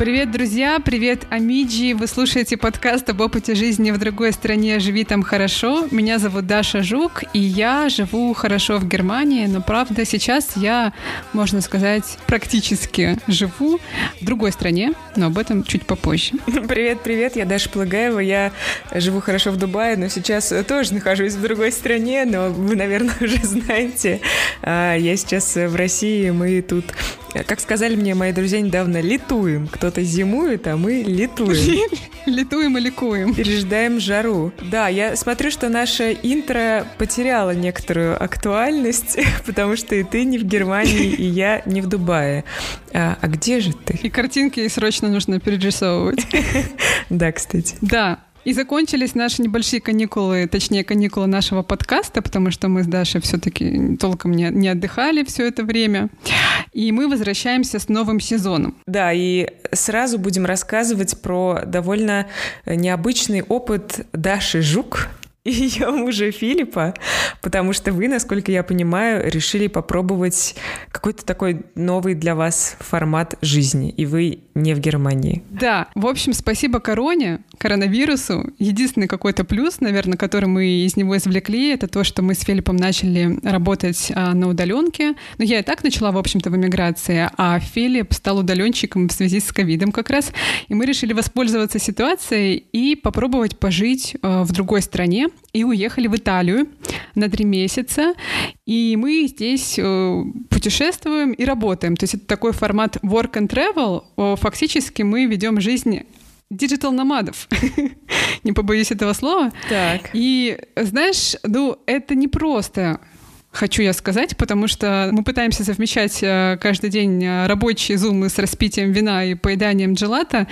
Привет, друзья! Привет, Амиджи! Вы слушаете подкаст об опыте жизни в другой стране «Живи там хорошо». Меня зовут Даша Жук, и я живу хорошо в Германии, но, правда, сейчас я, можно сказать, практически живу в другой стране, но об этом чуть попозже. Привет, я Даша Плагаева, я живу хорошо в Дубае, но сейчас тоже нахожусь в другой стране, но вы, наверное, уже знаете, я сейчас в России, мы тут, как сказали мне мои друзья недавно, летуем. Кто-то зимует, а мы летуем. Летуем и ликуем. Пережидаем жару. Да, я смотрю, что наша интро потеряла некоторую актуальность, потому что и ты не в Германии, и я не в Дубае. А где же ты? И картинки срочно нужно перерисовывать. Да, кстати. Да. И закончились наши небольшие каникулы, точнее, каникулы нашего подкаста, потому что мы с Дашей все-таки толком не отдыхали все это время. И мы возвращаемся с новым сезоном. Да, и сразу будем рассказывать про довольно необычный опыт Даши Жук и ее мужа Филиппа, потому что вы, насколько я понимаю, решили попробовать какой-то такой новый для вас формат жизни, и вы не в Германии. Да, в общем, спасибо коронавирусу. Единственный какой-то плюс, наверное, который мы из него извлекли, это то, что мы с Филиппом начали работать на удаленке. Но я и так начала, в общем-то, в эмиграции, а Филипп стал удаленщиком в связи с ковидом как раз. И мы решили воспользоваться ситуацией и попробовать пожить в другой стране. И уехали в Италию на 3 месяца. И мы здесь путешествуем и работаем. То есть это такой формат work and travel. Фактически мы ведем жизнь диджитал-номадов. Не побоюсь этого слова. Так. И знаешь, это не просто, хочу я сказать, потому что мы пытаемся совмещать каждый день рабочие зумы с распитием вина и поеданием джелато.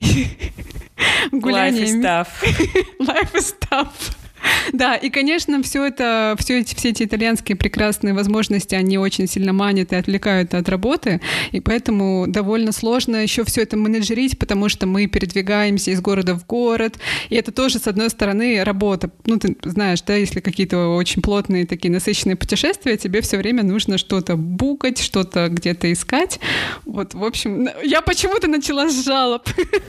Гуляниями. Life is tough. Life is tough. Да, и, конечно, все эти итальянские прекрасные возможности, они очень сильно манят и отвлекают от работы, и поэтому довольно сложно еще все это менеджерить, потому что мы передвигаемся из города в город, и это тоже, с одной стороны, работа. Ну, ты знаешь, да, если какие-то очень плотные такие насыщенные путешествия, тебе все время нужно что-то букать, что-то где-то искать. Вот, в общем, я почему-то начала с жалоб.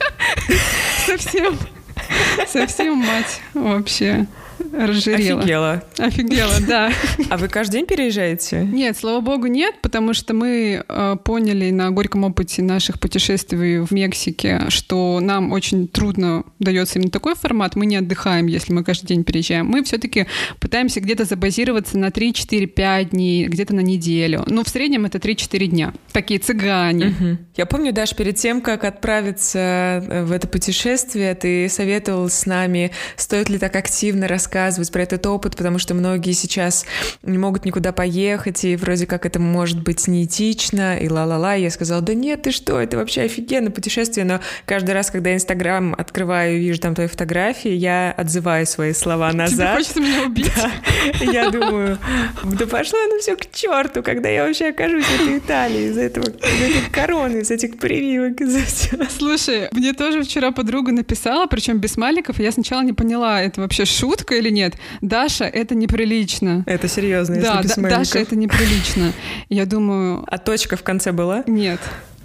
Совсем, мать, вообще. Разжирела. Офигела, да. А вы каждый день переезжаете? Нет, слава богу, нет, потому что мы поняли на горьком опыте наших путешествий в Мексике, что нам очень трудно дается именно такой формат. Мы не отдыхаем, если мы каждый день переезжаем. Мы все-таки пытаемся где-то забазироваться на 3, 4, 5 дней, где-то на неделю. Но в среднем это 3-4 дня. Такие цыгане. Угу. Я помню, Даш, перед тем, как отправиться в это путешествие, ты советовал с нами, стоит ли так активно рассказывать про этот опыт, потому что многие сейчас не могут никуда поехать, и вроде как это может быть неэтично, и ла-ла-ла. И я сказала, да нет, ты что, это вообще офигенно путешествие, но каждый раз, когда я Инстаграм открываю и вижу там твои фотографии, я отзываю свои слова назад. Тебе хочется меня убить? Да. Я думаю, да пошло оно все к черту, когда я вообще окажусь в этой Италии, из этой короны, из этих прививок, из-за всего. Слушай, мне тоже вчера подруга написала, причем без смайликов, и я сначала не поняла, это вообще шутка или нет. Даша, это неприлично. Это серьезно, если да, без смайликов. Даша, это неприлично. Я думаю... А точка в конце была? Нет.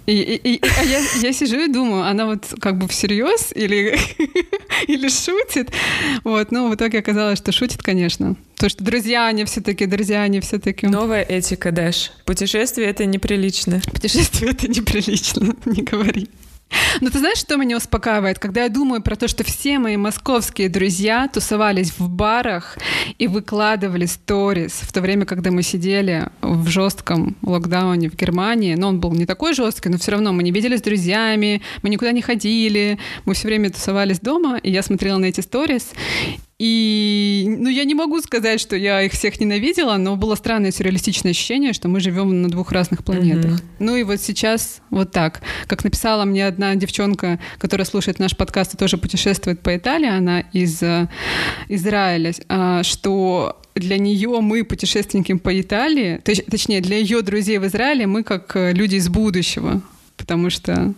Я сижу и думаю, она вот как бы всерьез или шутит. Вот, но в итоге оказалось, что шутит, конечно. Потому что друзья они все-таки. Новая этика, Даш. Путешествие — это неприлично. Путешествие — это неприлично, не говори. Но ты знаешь, что меня успокаивает? Когда я думаю про то, что все мои московские друзья тусовались в барах и выкладывали сторис в то время, когда мы сидели в жестком локдауне в Германии. Но он был не такой жесткий, но все равно мы не виделись с друзьями, мы никуда не ходили, мы все время тусовались дома, и я смотрела на эти сторис. И, я не могу сказать, что я их всех ненавидела, но было странное сюрреалистичное ощущение, что мы живем на 2 разных планетах. Ну и вот сейчас вот так. Как написала мне одна девчонка, которая слушает наш подкаст и тоже путешествует по Италии, она из Израиля, что для нее мы, путешественники по Италии, точнее, для ее друзей в Израиле мы как люди из будущего, потому что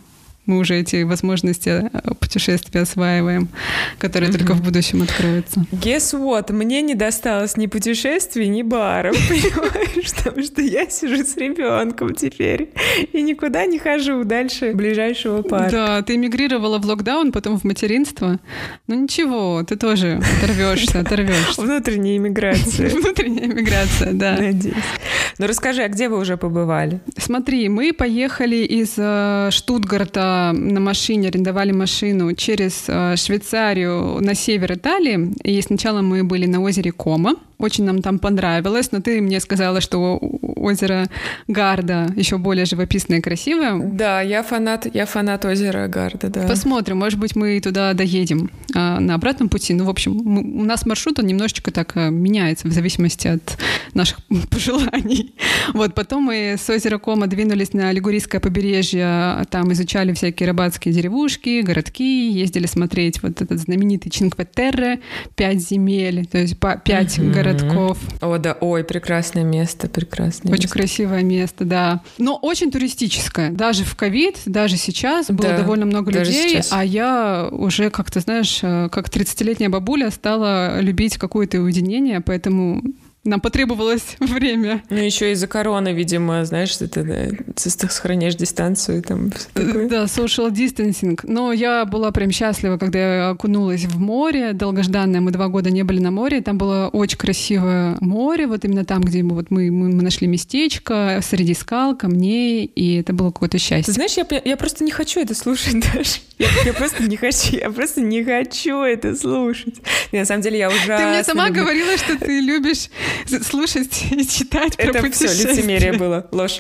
мы уже эти возможности путешествия осваиваем, которые только в будущем откроются. Guess what? Мне не досталось ни путешествий, ни баров, понимаешь? Потому что я сижу с ребенком теперь и никуда не хожу дальше ближайшего парка. Да, ты эмигрировала в локдаун, потом в материнство. Ну ничего, ты тоже оторвешься. Внутренняя иммиграция. Внутренняя иммиграция, да. Надеюсь. Ну расскажи, а где вы уже побывали? Смотри, мы поехали из Штутгарта на машине, арендовали машину через Швейцарию на север Италии. И сначала мы были на озере Кома. Очень нам там понравилось, но ты мне сказала, что озеро Гарда еще более живописное и красивое. Да, я фанат озера Гарда, да. Посмотрим, может быть, мы туда доедем на обратном пути. Ну, в общем, у нас маршрут, он немножечко так меняется в зависимости от наших пожеланий. Вот, потом мы с озера Кома двинулись на Лигурийское побережье, там изучали всякие рыбацкие деревушки, городки, ездили смотреть вот этот знаменитый Чинкве-Терре, 5 земель, то есть 5 городков. О, да, ой, прекрасное место. Очень красивое место, да. Но очень туристическое. Даже в ковид, даже сейчас было довольно много людей, сейчас. А я уже, как ты знаешь, как 30-летняя бабуля стала любить какое-то уединение, поэтому нам потребовалось время. Ну, еще из-за короны, видимо, знаешь, ты сохраняешь дистанцию. Там, да, social distancing. Но я была прям счастлива, когда я окунулась в море, долгожданное. Мы 2 года не были на море. Там было очень красивое море, вот именно там, где мы нашли местечко, среди скал, камней, и это было какое-то счастье. Ты знаешь, я просто не хочу это слушать даже. Я просто не хочу это слушать. И на самом деле я ужасно Ты мне сама люблю... говорила, что ты любишь слушать и читать про путешествия. Это все лицемерие было, ложь.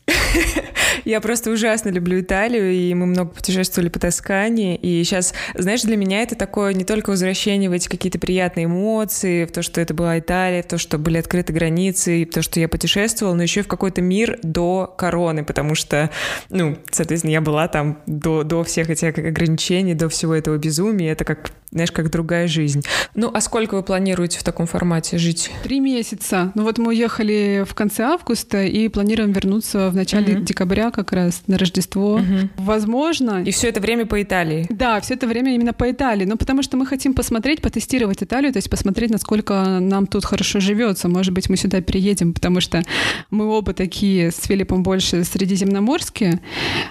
Я просто ужасно люблю Италию, и мы много путешествовали по Тоскане, и сейчас, знаешь, для меня это такое не только возвращение в эти какие-то приятные эмоции, в то, что это была Италия, в то, что были открыты границы, и в то, что я путешествовала, но еще и в какой-то мир до короны, потому что, соответственно, я была там до всех этих ограничений, до всего этого безумия, это как, знаешь, как другая жизнь. Ну, а сколько вы планируете в таком формате жить? 3 месяца. Ну вот мы уехали в конце августа и планируем вернуться в начале декабря как раз на Рождество. Возможно. И все это время по Италии? Да, все это время именно по Италии. Ну, потому что мы хотим посмотреть, потестировать Италию, то есть посмотреть, насколько нам тут хорошо живется. Может быть, мы сюда приедем, потому что мы оба такие с Филиппом больше средиземноморские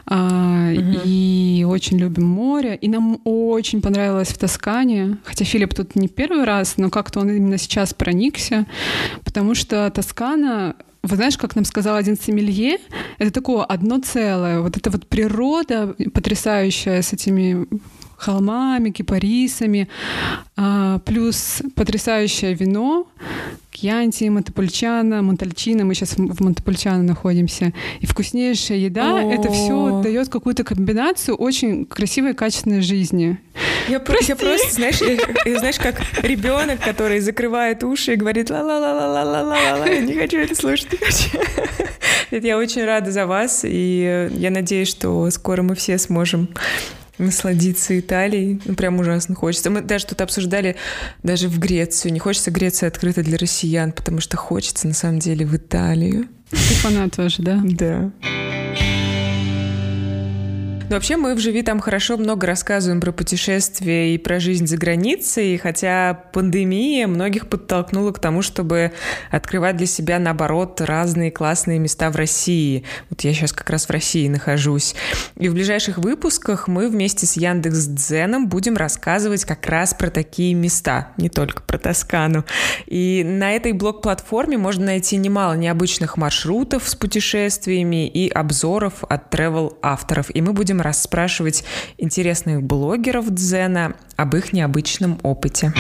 и очень любим море. И нам очень понравилось в Тоскане. Хотя Филипп тут не первый раз, но как-то он именно сейчас проникся, потому что Тоскана... Вы знаешь, как нам сказал один сомелье, это такое одно целое. Вот эта вот природа потрясающая с этими холмами, кипарисами, плюс потрясающее вино, Кьянти, Монтепульчано, Монтальчино, мы сейчас в Монтепульчано находимся, и вкуснейшая еда, это все дает какую-то комбинацию очень красивой и качественной жизни. Я просто, знаешь, как ребенок, который закрывает уши и говорит ла-ла-ла-ла-ла-ла-ла-ла, я не хочу это слушать, не хочу. Я очень рада за вас, и я надеюсь, что скоро мы все сможем насладиться Италией. Прям ужасно хочется. Мы даже тут обсуждали даже в Грецию. Не хочется Греция открыта для россиян, потому что хочется на самом деле в Италию. Ты фанат тоже, да? Да. Но вообще мы в «Живи там хорошо» много рассказываем про путешествия и про жизнь за границей, хотя пандемия многих подтолкнула к тому, чтобы открывать для себя, наоборот, разные классные места в России. Вот я сейчас как раз в России нахожусь. И в ближайших выпусках мы вместе с Яндекс.Дзеном будем рассказывать как раз про такие места, не только про Тоскану. И на этой блог-платформе можно найти немало необычных маршрутов с путешествиями и обзоров от travel-авторов. И мы будем расспрашивать интересных блогеров Дзена об их необычном опыте.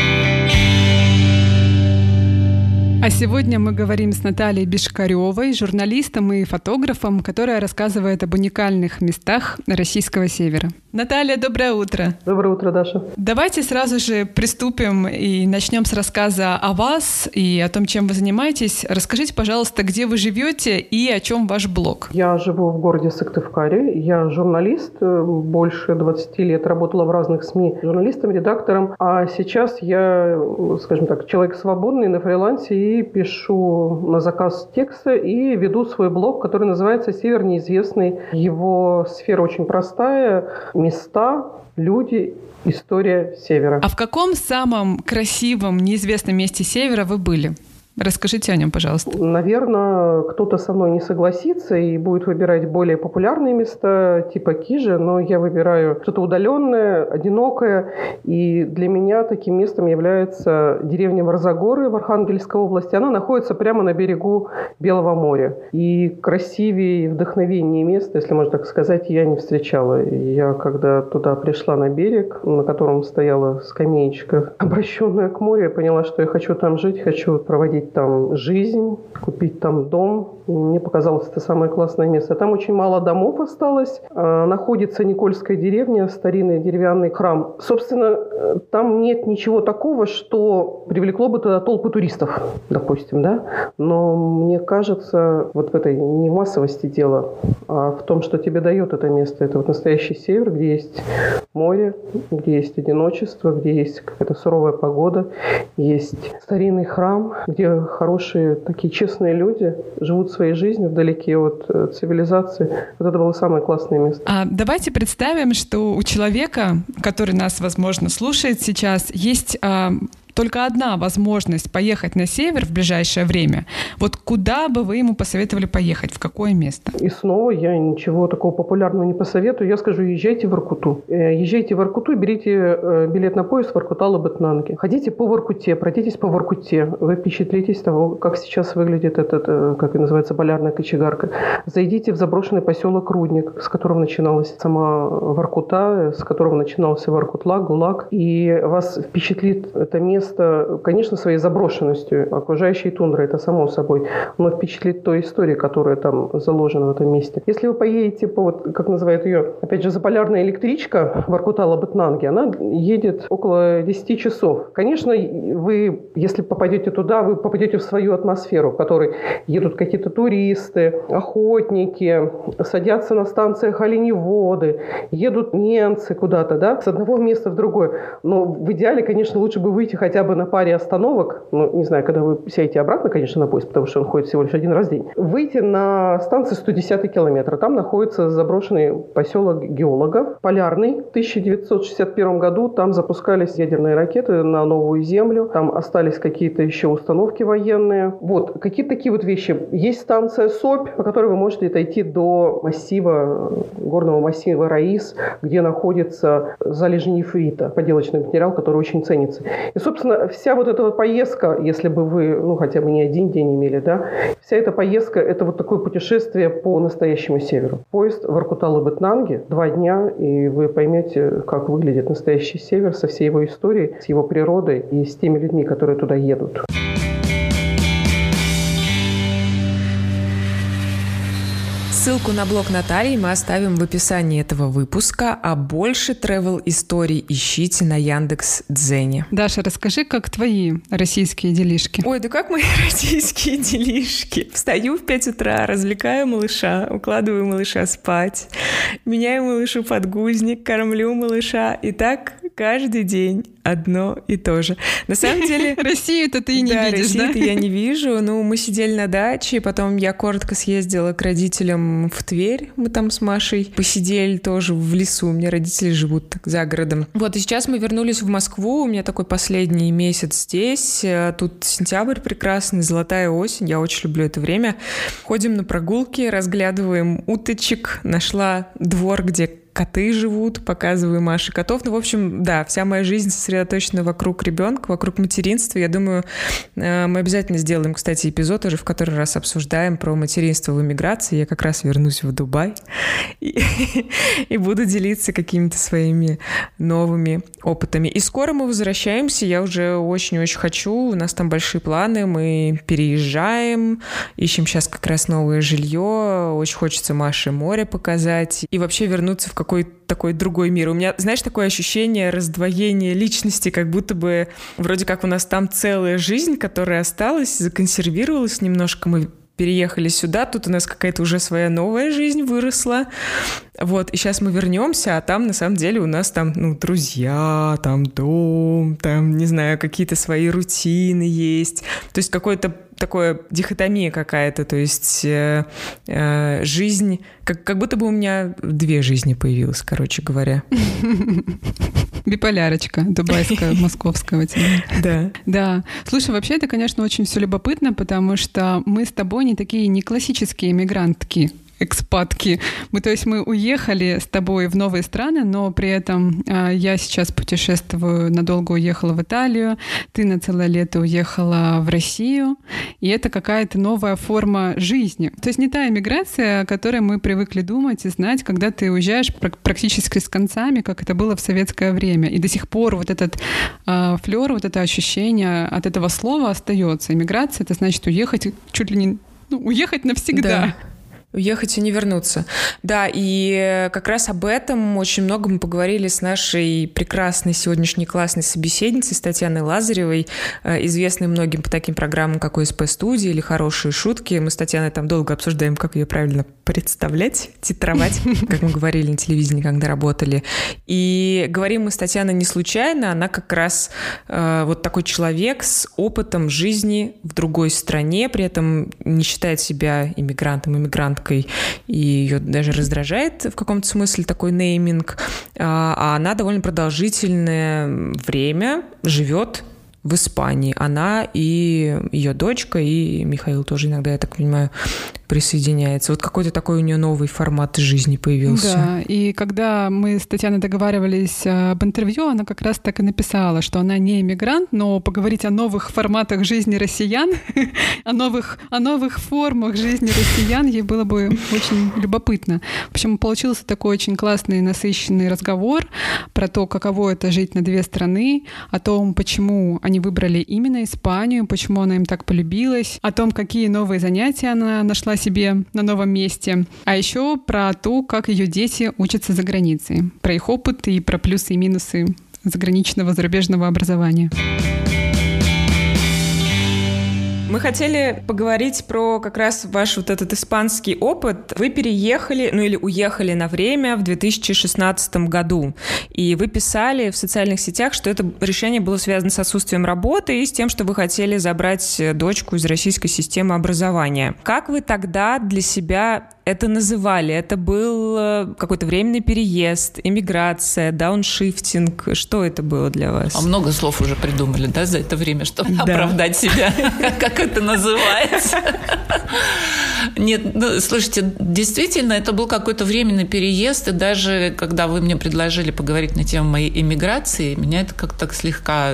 А сегодня мы говорим с Натальей Бешкаревой, журналистом и фотографом, которая рассказывает об уникальных местах российского севера. Наталья, доброе утро. Доброе утро, Даша. Давайте сразу же приступим и начнем с рассказа о вас и о том, чем вы занимаетесь. Расскажите, пожалуйста, где вы живете и о чем ваш блог. Я живу в городе Сыктывкаре. Я журналист. Больше 20 лет работала в разных СМИ журналистом, редактором. А сейчас я, скажем так, человек свободный на фрилансе и и пишу на заказ текста и веду свой блог, который называется «Север неизвестный». Его сфера очень простая. Места, люди, история Севера. А в каком самом красивом, неизвестном месте Севера вы были? Расскажите о нем, пожалуйста. Наверное, кто-то со мной не согласится и будет выбирать более популярные места, типа Кижи, но я выбираю что-то удаленное, одинокое. И для меня таким местом является деревня Варзагоры в Архангельской области. Она находится прямо на берегу Белого моря. И красивее и вдохновеннее места, если можно так сказать, я не встречала. Я когда туда пришла на берег, на котором стояла скамеечка, обращенная к морю, я поняла, что я хочу там жить, хочу проводить там жизнь, купить там дом. Мне показалось, это самое классное место. Там очень мало домов осталось. Находится Никольская деревня, старинный деревянный храм. Собственно, там нет ничего такого, что привлекло бы туда толпы туристов, допустим, да? Но мне кажется, вот в этой не в массовости дело, а в том, что тебе дает это место. Это вот настоящий север, где есть море, где есть одиночество, где есть какая-то суровая погода, есть старинный храм, где хорошие, такие честные люди живут своей жизнью вдалеке от цивилизации. Вот это было самое классное место. Давайте представим, что у человека, который нас, возможно, слушает сейчас, есть только одна возможность поехать на север в ближайшее время. Вот куда бы вы ему посоветовали поехать? В какое место? И снова я ничего такого популярного не посоветую. Я скажу, езжайте в Воркуту. Езжайте в Воркуту и берите билет на поезд Воркута-Лабытнанги. Ходите по Воркуте, пройдитесь по Воркуте. Вы впечатлитесь того, как сейчас выглядит этот, как и называется, полярная кочегарка. Зайдите в заброшенный поселок Рудник, с которого начиналась сама Воркута, с которого начинался Воркутлак, ГУЛАГ. И вас впечатлит это место, конечно, своей заброшенностью, окружающей тундрой, это само собой, но впечатлит той историей, которая там заложена в этом месте. Если вы поедете по, вот, как называют ее, опять же, заполярная электричка Воркута-Лабытнанги, она едет около 10 часов. Конечно, вы, если попадете туда, вы попадете в свою атмосферу, в которой едут какие-то туристы, охотники, садятся на станциях оленеводы, едут немцы куда-то, да, с одного места в другое. Но в идеале, конечно, лучше бы выйти хотя бы на паре остановок, ну, не знаю, когда вы сядете обратно, конечно, на поезд, потому что он ходит всего лишь один раз в день, выйти на станцию 110 километра. Там находится заброшенный поселок геологов, Полярный. В 1961 году там запускались ядерные ракеты на новую Землю. Там остались какие-то еще установки военные. Вот, какие-то такие вот вещи. Есть станция Собь, по которой вы можете дойти до массива, горного массива Раис, где находится залежи нефрита, поделочный материал, который очень ценится. И, собственно, вся вот эта вот поездка, если бы вы, ну, хотя бы не один день имели, да, вся эта поездка – это вот такое путешествие по настоящему северу. Поезд Воркута-Лабытнанги, 2 дня, и вы поймете, как выглядит настоящий север со всей его историей, с его природой и с теми людьми, которые туда едут. Ссылку на блог Натальи мы оставим в описании этого выпуска, а больше travel-историй ищите на Яндекс.Дзене. Даша, расскажи, как твои российские делишки? Ой, да как мои российские делишки? Встаю в 5 утра, развлекаю малыша, укладываю малыша спать, меняю малышу подгузник, кормлю малыша. И так каждый день одно и то же. На самом деле... Россию-то ты не видишь, да? Россию-то я не вижу. Ну, мы сидели на даче, потом я коротко съездила к родителям в Тверь. Мы там с Машей посидели тоже в лесу. У меня родители живут так за городом. Вот, и сейчас мы вернулись в Москву. У меня такой последний месяц здесь. Тут сентябрь прекрасный, золотая осень. Я очень люблю это время. Ходим на прогулки, разглядываем уточек. Нашла двор, где коты живут, показываю Маше котов. Ну, в общем, да, вся моя жизнь сосредоточена вокруг ребенка, вокруг материнства. Я думаю, мы обязательно сделаем, кстати, эпизод уже в который раз обсуждаем про материнство в эмиграции. Я как раз вернусь в Дубай и буду делиться какими-то своими новыми опытами. И скоро мы возвращаемся. Я уже очень-очень хочу. У нас там большие планы. Мы переезжаем, ищем сейчас как раз новое жилье. Очень хочется Маше море показать и вообще вернуться в какой-то такой другой мир. У меня, знаешь, такое ощущение раздвоения личности, как будто бы вроде как у нас там целая жизнь, которая осталась, законсервировалась немножко. Мы переехали сюда, тут у нас какая-то уже своя новая жизнь выросла. Вот, и сейчас мы вернемся, а там, на самом деле, у нас там, друзья, там дом, там, не знаю, какие-то свои рутины есть. То есть какое-то такое дихотомия какая-то, то есть жизнь, как будто бы у меня 2 жизни появилось, короче говоря. Биполярочка дубайская, московская у тебя. Да. Да. Слушай, вообще это, конечно, очень все любопытно, потому что мы с тобой не классические эмигрантки, экспатки. То есть мы уехали с тобой в новые страны, но при этом я сейчас путешествую, надолго уехала в Италию, ты на целое лето уехала в Россию, и это какая-то новая форма жизни. То есть не та эмиграция, о которой мы привыкли думать и знать, когда ты уезжаешь практически с концами, как это было в советское время. И до сих пор вот этот флёр, вот это ощущение от этого слова остается. Эмиграция — это значит уехать чуть ли не... уехать навсегда. Да. Уехать и не вернуться. Да, и как раз об этом очень много мы поговорили с нашей прекрасной сегодняшней классной собеседницей, с Татьяной Лазаревой, известной многим по таким программам, как ОСП-студия или «Хорошие шутки». Мы с Татьяной там долго обсуждаем, как ее правильно представлять, титровать, как мы говорили на телевидении, когда работали. И говорим мы с Татьяной не случайно, она как раз вот такой человек с опытом жизни в другой стране, при этом не считает себя иммигрантом, иммигранткой, и ее даже раздражает в каком-то смысле такой нейминг, а она довольно продолжительное время живет в Испании. Она и ее дочка, и Михаил тоже иногда, я так понимаю, присоединяется. Вот какой-то такой у нее новый формат жизни появился. Да, и когда мы с Татьяной договаривались об интервью, она как раз так и написала, что она не иммигрант, но поговорить о новых форматах жизни россиян, о новых формах жизни россиян ей было бы очень любопытно. В общем, получился такой очень классный, насыщенный разговор про то, каково это жить на 2 страны, о том, почему они выбрали именно Испанию, почему она им так полюбилась, о том, какие новые занятия она нашла себе на новом месте, а еще про то, как ее дети учатся за границей, про их опыт и про плюсы и минусы заграничного, зарубежного образования. Мы хотели поговорить про как раз ваш вот этот испанский опыт. Вы переехали, или уехали на время в 2016 году. И вы писали в социальных сетях, что это решение было связано с отсутствием работы и с тем, что вы хотели забрать дочку из российской системы образования. Как вы тогда для себя это называли? Это был какой-то временный переезд, иммиграция, дауншифтинг? Что это было для вас? А много слов уже придумали, да, за это время, чтобы оправдать себя? Как это называется? Нет, слушайте, действительно, это был какой-то временный переезд, и даже когда вы мне предложили поговорить на тему моей эмиграции, меня это как-то так слегка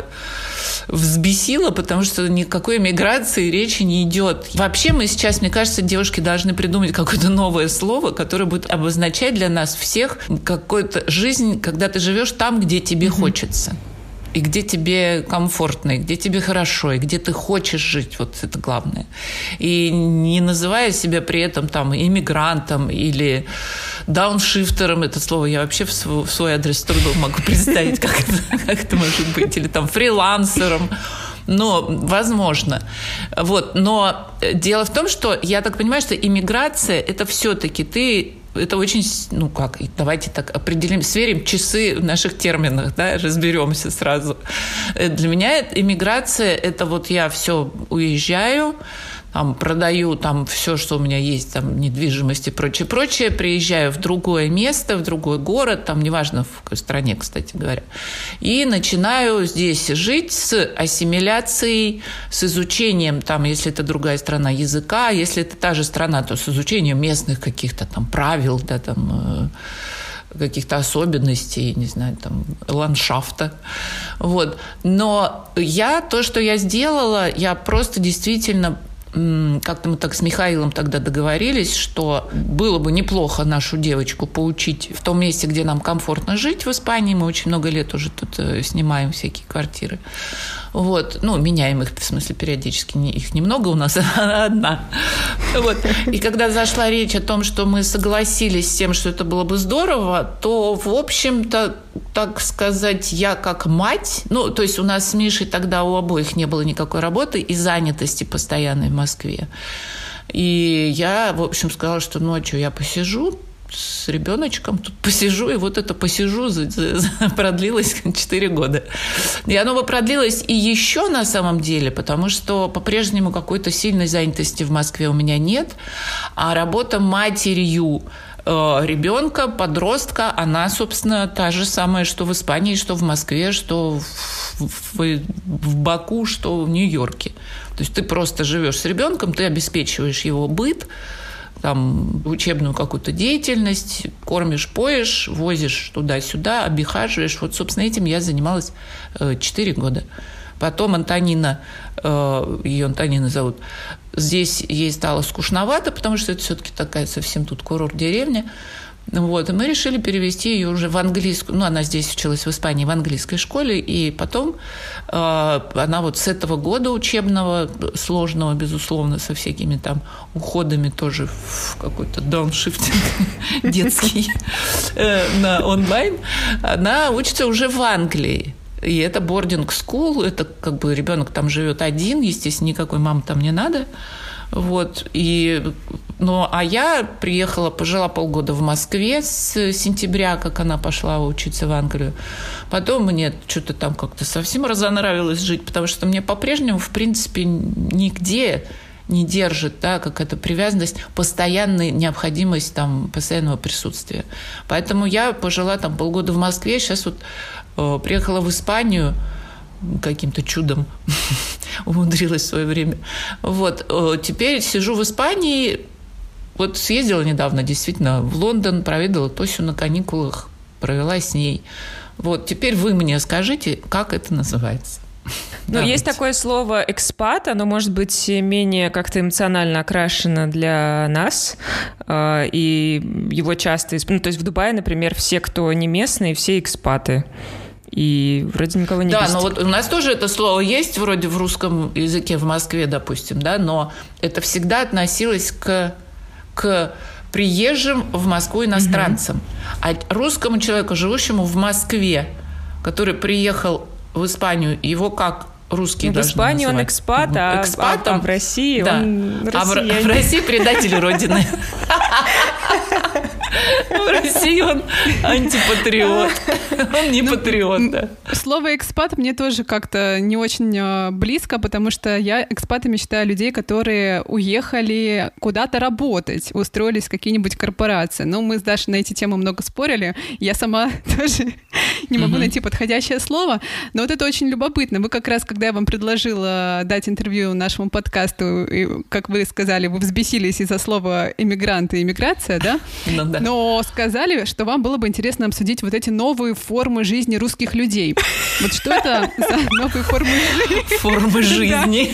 взбесило, потому что никакой эмиграции речи не идет. Вообще мы сейчас, мне кажется, девушки должны придумать какое-то новое слово, которое будет обозначать для нас всех какую-то жизнь, когда ты живешь там, где тебе хочется. И где тебе комфортно, и где тебе хорошо, и где ты хочешь жить, вот это главное. И не называя себя при этом там иммигрантом или дауншифтером, это слово я вообще в свой адрес с трудом могу представить, как это может быть, или там фрилансером. Но, возможно. Вот. Но дело в том, что я так понимаю, что иммиграция – это все-таки это очень, давайте так определим, сверим часы в наших терминах, да, разберемся сразу. Для меня иммиграция – это вот я все уезжаю, там, продаю там все, что у меня есть, там, недвижимость и прочее, приезжаю в другое место, в другой город, там, неважно, в какой стране, кстати говоря, и начинаю здесь жить с ассимиляцией, с изучением, там, если это другая страна, языка, если это та же страна, то с изучением местных каких-то там правил, да, там, каких-то особенностей, не знаю, там, ландшафта. Вот. Но то, что я сделала, я просто действительно... Как-то мы так с Михаилом тогда договорились, что было бы неплохо нашу девочку поучить в том месте, где нам комфортно жить в Испании. Мы очень много лет уже тут снимаем всякие квартиры. Вот. Меняем их, в смысле, периодически. Их немного у нас, а одна. Вот. И когда зашла речь о том, что мы согласились с тем, что это было бы здорово, то, в общем-то, так сказать, я как мать, то есть у нас с Мишей тогда у обоих не было никакой работы и занятости постоянной в Москве. И я, в общем, сказала, что ночью я посижу с ребеночком, тут посижу, и вот это посижу продлилось 4 года. И оно бы продлилось и еще на самом деле, потому что по-прежнему какой-то сильной занятости в Москве у меня нет, а работа матерью ребенка, подростка, она, собственно, та же самая, что в Испании, что в Москве, что в Баку, что в Нью-Йорке. То есть ты просто живешь с ребенком, ты обеспечиваешь его быт, там, учебную какую-то деятельность, кормишь, поешь, возишь туда-сюда, обихаживаешь. Вот, собственно, этим я занималась 4 года. Потом Антонина, ее Антонина зовут, здесь ей стало скучновато, потому что это все-таки такая совсем тут курорт-деревня. Вот, и мы решили перевести ее уже в английскую, она здесь училась в Испании в английской школе, и потом она вот с этого года учебного, сложного, безусловно, со всякими там уходами тоже в какой-то дауншифтинг детский на онлайн, она учится уже в Англии. И это boarding school, это как бы ребенок там живет один, естественно, никакой мамы там не надо. Вот, а я приехала, пожила полгода в Москве с сентября, как она пошла учиться в Англию. Потом мне что-то там как-то совсем разонравилось жить, потому что мне по-прежнему, в принципе, нигде не держит, да, какая-то привязанность, постоянная необходимость там постоянного присутствия. Поэтому я пожила там полгода в Москве, сейчас вот приехала в Испанию, каким-то чудом умудрилась в свое время. Вот. Теперь сижу в Испании. Вот съездила недавно действительно в Лондон, проведала Тосю на каникулах, провела с ней. Вот. Теперь вы мне скажите, как это называется. Есть такое слово «экспат», оно может быть менее как-то эмоционально окрашено для нас, и его часто используют. То есть в Дубае, например, все, кто не местные, все экспаты. И вроде никого не Да, но вот у нас тоже это слово есть вроде в русском языке в Москве, допустим, да, но это всегда относилось к приезжим в Москву иностранцам. А русскому человеку, живущему в Москве, который приехал в Испанию, его как русские должны называть? В Испании он экспат, а в России он россиянин. В России предатель Родины. В России он антипатриот. Он не патриот, да. Слово «экспат» мне тоже как-то не очень близко, потому что я экспатами считаю людей, которые уехали куда-то работать, устроились в какие-нибудь корпорации. Мы с Дашей на эти темы много спорили. Я сама тоже не могу найти подходящее слово. Но вот это очень любопытно. Вы как раз, когда я вам предложила дать интервью нашему подкасту, и, как вы сказали, вы взбесились из-за слова «эмигрант» и «эмиграция», да? Ну, да. Но сказали, что вам было бы интересно обсудить вот эти новые формы жизни русских людей. Вот что это за новые формы жизни? Формы жизни.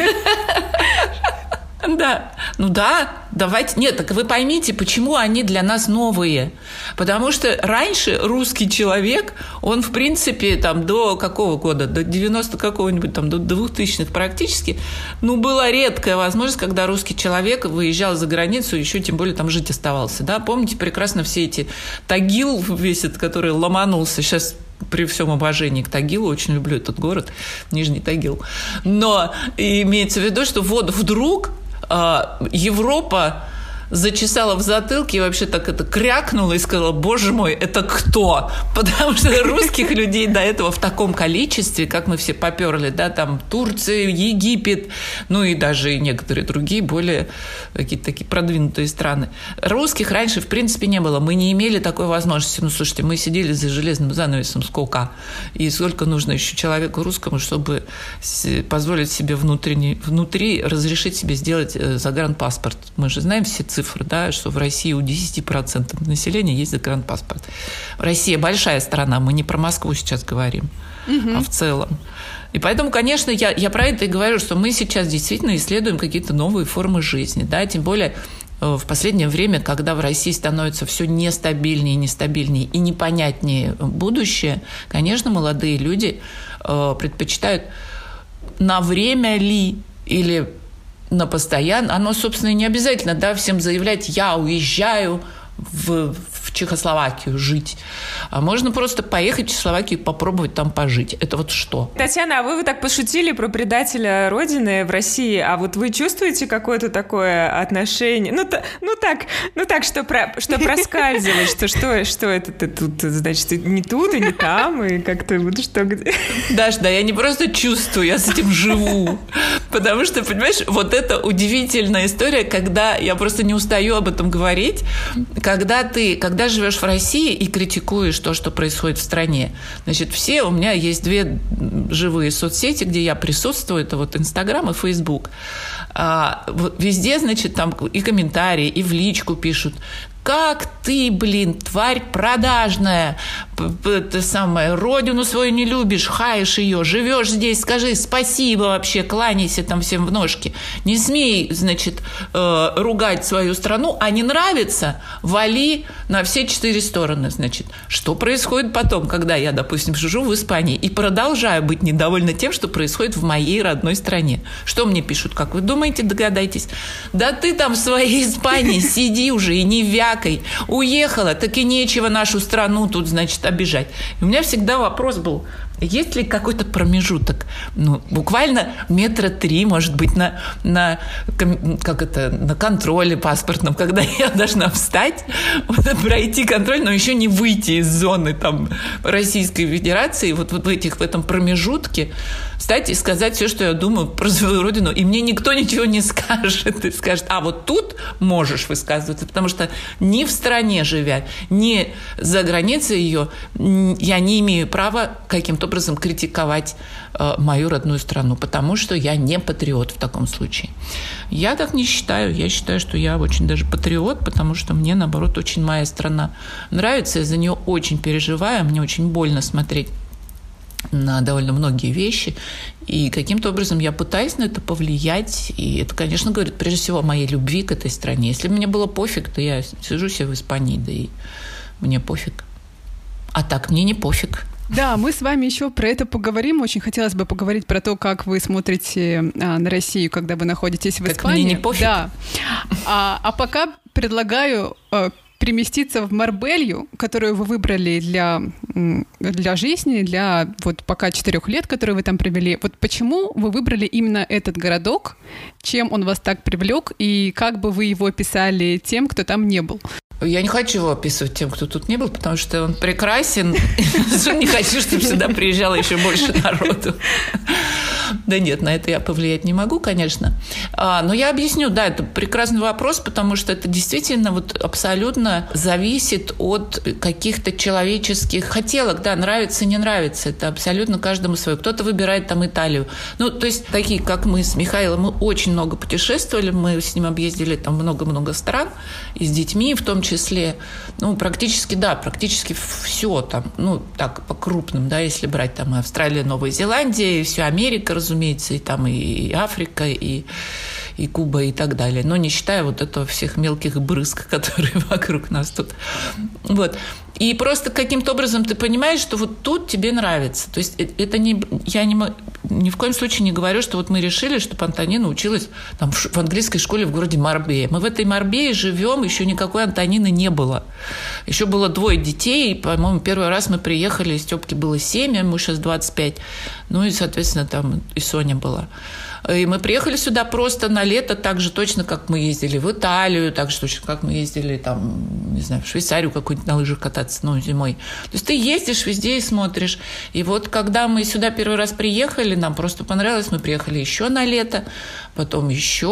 Да. Давайте. Нет, так вы поймите, почему они для нас новые. Потому что раньше русский человек, он, в принципе, там, до какого года? До 90 какого-нибудь, там, до 2000-х практически, была редкая возможность, когда русский человек выезжал за границу, еще тем более там жить оставался. Да? Помните прекрасно все эти Тагил, весь этот, который ломанулся. Сейчас при всем уважении к Тагилу, очень люблю этот город, Нижний Тагил. Но имеется в виду, что вот вдруг Европа зачесала в затылке и вообще так это крякнула и сказала: боже мой, это кто? Потому что русских людей до этого в таком количестве, как мы все поперли, да, там Турция, Египет, и даже некоторые другие более какие-то такие продвинутые страны. Русских раньше в принципе не было. Мы не имели такой возможности. Слушайте, мы сидели за железным занавесом сколько? И сколько нужно еще человеку русскому, чтобы позволить себе внутри разрешить себе сделать загранпаспорт? Мы же знаем все цифры, да, что в России у 10% населения есть загранпаспорт. Россия большая страна, мы не про Москву сейчас говорим, а в целом. И поэтому, конечно, я про это и говорю, что мы сейчас действительно исследуем какие-то новые формы жизни, да, тем более в последнее время, когда в России становится все нестабильнее и непонятнее будущее, конечно, молодые люди предпочитают на время ли или на постоянно, оно, собственно, и не обязательно, да, всем заявлять: я уезжаю в в Чехословакию жить, а можно просто поехать в Чехословакию и попробовать там пожить. Это вот что? Татьяна, а вы так пошутили про предателя Родины в России, а вот вы чувствуете какое-то такое отношение? Ну так, что проскальзывает, что это ты тут, значит, не тут и не там, и как-то вот что где? Даш, да, я не просто чувствую, я с этим живу. Потому что, понимаешь, вот это удивительная история, когда я просто не устаю об этом говорить, когда живешь в России и критикуешь то, что происходит в стране. Значит, у меня есть 2 живые соцсети, где я присутствую, это вот Инстаграм и Фейсбук. Везде, значит, там и комментарии, и в личку пишут: как ты, тварь продажная, ты самая, родину свою не любишь, хаешь ее, живешь здесь, скажи спасибо вообще, кланяйся там всем в ножки. Не смей, значит, ругать свою страну, а не нравится, вали на все 4 стороны, значит. Что происходит потом, когда я, допустим, живу в Испании и продолжаю быть недовольна тем, что происходит в моей родной стране? Что мне пишут, как вы думаете, догадайтесь? Да ты там в своей Испании сиди уже и не вякай. Уехала, так и нечего нашу страну тут, значит, обижать. И у меня всегда вопрос был: есть ли какой-то промежуток? Буквально 3 метра, может быть, на контроле паспортном, когда я должна встать, пройти контроль, но еще не выйти из зоны там Российской Федерации, вот в этом промежутке встать и сказать все, что я думаю про свою родину, и мне никто ничего не скажет. И скажет: а вот тут можешь высказываться, потому что ни в стране живя, ни за границей ее, я не имею права каким-то образом критиковать мою родную страну, потому что я не патриот в таком случае. Я так не считаю. Я считаю, что я очень даже патриот, потому что мне, наоборот, очень моя страна нравится, я за нее очень переживаю, мне очень больно смотреть на довольно многие вещи, и каким-то образом я пытаюсь на это повлиять, и это, конечно, говорит прежде всего о моей любви к этой стране. Если бы мне было пофиг, то я сижу себе в Испании, да и мне пофиг. А так мне не пофиг. Да, мы с вами еще про это поговорим. Очень хотелось бы поговорить про то, как вы смотрите на Россию, когда вы находитесь в Испании. Мне не пофиг. Да. А пока предлагаю переместиться в Марбелью, которую вы выбрали для жизни, для вот пока 4 лет, которые вы там провели. Вот почему вы выбрали именно этот городок? Чем он вас так привлек? И как бы вы его описали тем, кто там не был? Я не хочу его описывать тем, кто тут не был, потому что он прекрасен. Не хочу, чтобы сюда приезжало еще больше народу. Да нет, на это я повлиять не могу, конечно. Но я объясню, да, это прекрасный вопрос, потому что это действительно вот абсолютно зависит от каких-то человеческих хотелок, да, нравится, не нравится. Это абсолютно каждому свое. Кто-то выбирает там Италию. То есть такие, как мы с Михаилом, мы очень много путешествовали, мы с ним объездили там много-много стран, и с детьми в том числе. Практически все там, так, по крупным, да, если брать там и Австралия, Новая Зеландия, и вся Америка, разумеется, и там и Африка, и Куба, и так далее. Но не считая вот этого всех мелких брызг, которые вокруг нас тут. Вот. И просто каким-то образом ты понимаешь, что вот тут тебе нравится. То есть это я ни в коем случае не говорю, что вот мы решили, чтобы Антонина училась там в английской школе в городе Марбея. Мы в этой Марбее живем, еще никакой Антонины не было. Еще было 2 детей, и, по-моему, первый раз мы приехали, Стёпке было 7, ему сейчас 25. И, соответственно, там и Соня была. И мы приехали сюда просто на лето, так же точно, как мы ездили в Италию, так же точно, как мы ездили там, не знаю, в Швейцарию какую-нибудь на лыжах кататься, зимой. То есть ты ездишь везде и смотришь. И вот когда мы сюда первый раз приехали, нам просто понравилось, мы приехали еще на лето, потом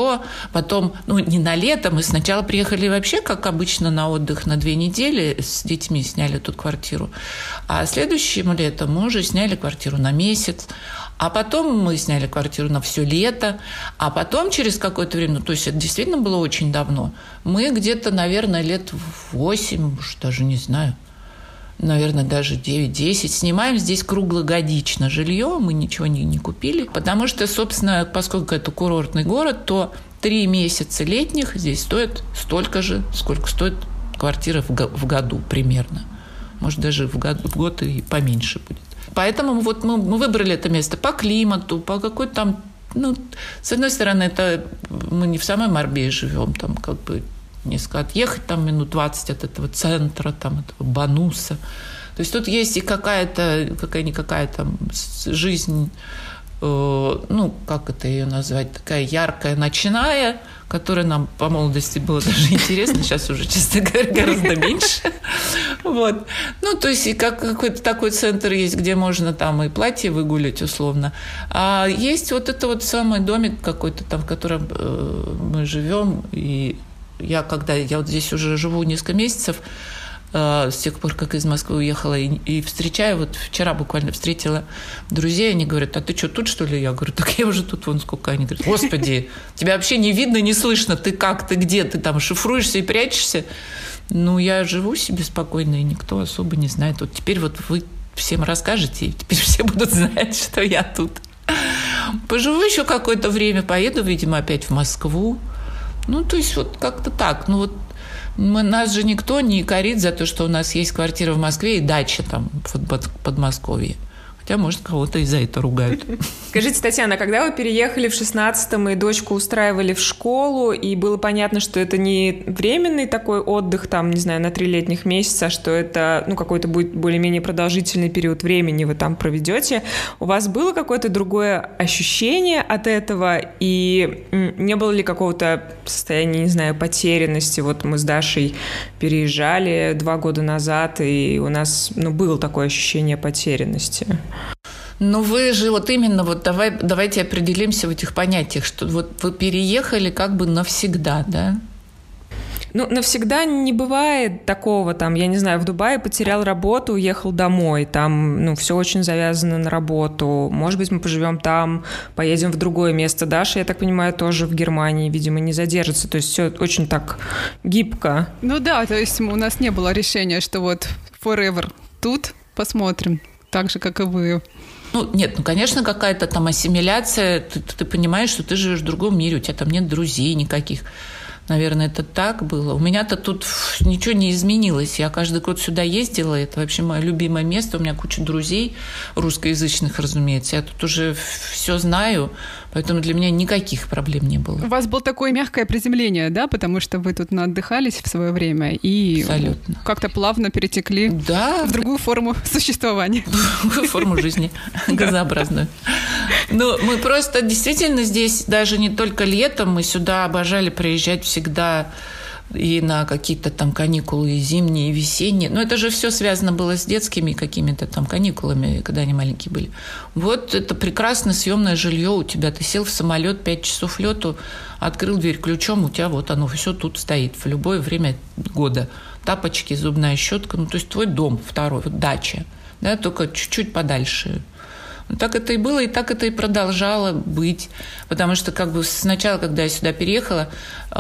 не на лето, мы сначала приехали вообще, как обычно, на отдых на 2 недели, с детьми сняли тут квартиру. А следующим летом мы уже сняли квартиру на месяц. А потом мы сняли квартиру на все лето, а потом через какое-то время, то есть это действительно было очень давно, мы где-то, наверное, лет 8, уж даже не знаю, наверное, даже 9-10, снимаем здесь круглогодично жилье, мы ничего не купили, потому что, собственно, поскольку это курортный город, то 3 месяца летних здесь стоят столько же, сколько стоит квартира в году примерно. Может, даже в год и поменьше будет. Поэтому вот мы выбрали это место по климату, по какой-то там... с одной стороны, это мы не в самой Марбее живем, там как бы несколько отъехать, там минут 20 от этого центра, там этого Бануса. То есть тут есть и какая-никакая там жизнь, ну, как это ее назвать, такая яркая, ночная, которая нам по молодости было даже интересно, сейчас уже, честно говоря, гораздо меньше. Вот. Ну, то есть и какой-то такой центр есть, где можно там и платье выгулять условно. А есть вот это вот самый домик какой-то там, в котором мы живем. И я вот здесь уже живу несколько месяцев, с тех пор, как из Москвы уехала, и встречаю, вот вчера буквально встретила друзей, они говорят: а ты что, тут, что ли? Я говорю: так я уже тут вон сколько. Они говорят: господи, тебя вообще не видно, не слышно, ты как, ты где, ты там шифруешься и прячешься? Ну, я живу себе спокойно, и никто особо не знает. Вот теперь вот вы всем расскажете, и теперь все будут знать, что я тут. Поживу еще какое-то время, поеду, видимо, опять в Москву. Ну, то есть вот как-то так, ну вот. Нас же никто не корит за то, что у нас есть квартира в Москве и дача там в Подмосковье. Хотя, может, кого-то и за это ругают. Скажите, Татьяна, когда вы переехали в 16-м и дочку устраивали в школу, и было понятно, что это не временный такой отдых, там, не знаю, на 3 летних месяца, а что это, ну, какой-то будет более-менее продолжительный период времени вы там проведете, у вас было какое-то другое ощущение от этого, и не было ли какого-то состояния, не знаю, потерянности? Вот мы с Дашей переезжали 2 года назад, и у нас, ну, было такое ощущение потерянности. Ну, вы же вот именно, вот давайте определимся в этих понятиях, что вот вы переехали как бы навсегда, да? Ну, навсегда не бывает такого, там, я не знаю, в Дубае потерял работу, уехал домой, там, ну, все очень завязано на работу, может быть, мы поживем там, поедем в другое место. Даша, я так понимаю, тоже в Германии, видимо, не задержится, то есть все очень так гибко. Ну да, то есть у нас не было решения, что вот forever тут, посмотрим, так же, как и вы. Ну, нет, ну, конечно, какая-то там ассимиляция, ты понимаешь, что ты живешь в другом мире, у тебя там нет друзей никаких. Наверное, это так было. У меня-то тут ничего не изменилось. Я каждый год сюда ездила. Это вообще мое любимое место. У меня куча друзей русскоязычных, разумеется. Я тут уже все знаю, поэтому для меня никаких проблем не было. У вас было такое мягкое приземление, да? Потому что вы тут наотдыхались в свое время и абсолютно как-то плавно перетекли в другую форму существования. В другую форму жизни, газообразную. Ну, мы просто действительно здесь даже не только летом, мы сюда обожали приезжать всегда и на какие-то там каникулы и зимние, и весенние. Но это же все связано было с детскими какими-то там каникулами, когда они маленькие были. Вот это прекрасное съемное жилье у тебя. Ты сел в самолет, 5 часов лету, открыл дверь ключом, у тебя вот оно все тут стоит в любое время года. Тапочки, зубная щетка, ну то есть твой дом второй, вот дача, да, только чуть-чуть подальше. Так это и было, и так это и продолжало быть. Потому что как бы сначала, когда я сюда переехала,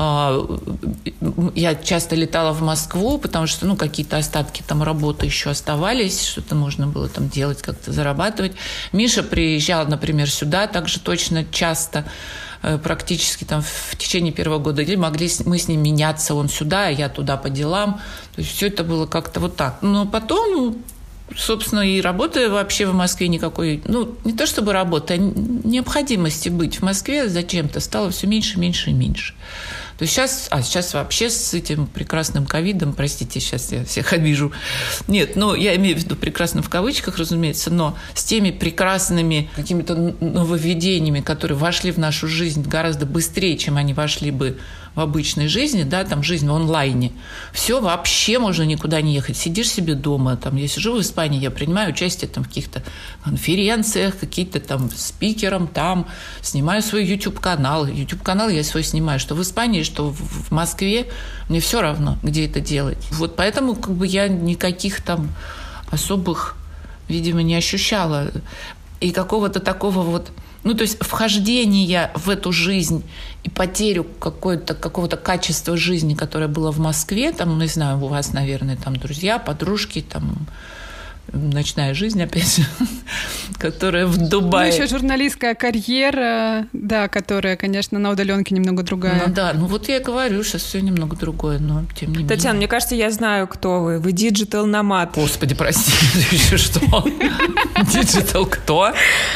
я часто летала в Москву, потому что ну, какие-то остатки там работы еще оставались, что-то можно было там делать, как-то зарабатывать. Миша приезжал, например, сюда также точно часто, практически там в течение первого года, или могли мы с ним меняться, он сюда, а я туда по делам. То есть все это было как-то вот так. Но потом... Собственно, и работы вообще в Москве никакой, ну, не то чтобы работа, а необходимости быть в Москве зачем-то стало все меньше, меньше и меньше. То есть сейчас вообще с этим прекрасным ковидом, простите, сейчас я всех обижу. Нет, ну, я имею в виду прекрасным в кавычках, разумеется, но с теми прекрасными какими-то нововведениями, которые вошли в нашу жизнь гораздо быстрее, чем они вошли бы в обычной жизни, да, там жизнь в онлайне, все, вообще можно никуда не ехать. Сидишь себе дома, там, я сижу в Испании, я принимаю участие там в каких-то конференциях, какие-то там спикером там, снимаю свой YouTube-канал. YouTube-канал я свой снимаю, что в Испании, что в Москве, мне все равно, где это делать. Вот поэтому как бы я никаких там особых, видимо, не ощущала. И какого-то такого вот, ну, то есть вхождение в эту жизнь и потерю какого-то качества жизни, которое было в Москве, там, не знаю, у вас, наверное, там друзья, подружки, там, ночная жизнь, опять же, которая в Дубае. Ну, еще журналистская карьера, да, которая, конечно, на удаленке немного другая. Ну да, ну вот я и говорю, сейчас все немного другое, но тем не менее. Татьяна, мне кажется, я знаю, кто вы. Вы диджитал-номад. Господи, прости, еще что? Диджитал кто?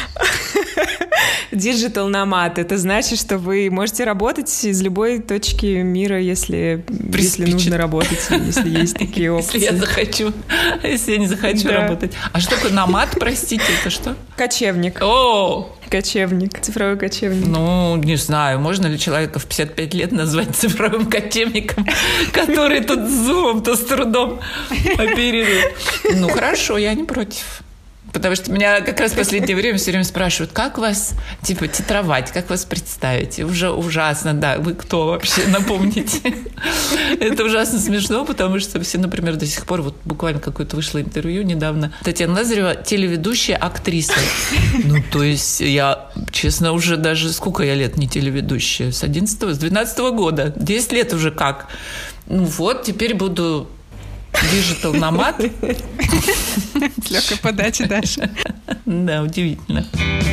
Диджитал-номад. Это значит, что вы можете работать из любой точки мира, если нужно работать, если есть такие опции. Если я захочу, если я не захочу работать. А что такое номад, простите, это что? Кочевник. О! Кочевник, цифровой кочевник. Ну, не знаю, можно ли человека в 55 лет назвать цифровым кочевником, который тут с зумом-то с трудом оперирует. Ну, хорошо, я не против. Потому что меня как раз в последнее время все время спрашивают, как вас, типа, титровать, как вас представить? И уже ужасно, да, вы кто вообще, напомните? Это ужасно смешно, потому что все, например, до сих пор, вот буквально какое-то вышло интервью недавно, Татьяна Лазарева, телеведущая, актриса. Ну, то есть я, честно, уже даже, сколько я лет не телеведущая? С 12 года, 10 лет уже как. Ну вот, теперь буду... Диджитал-номад. С легкой подачи дальше. Да, удивительно.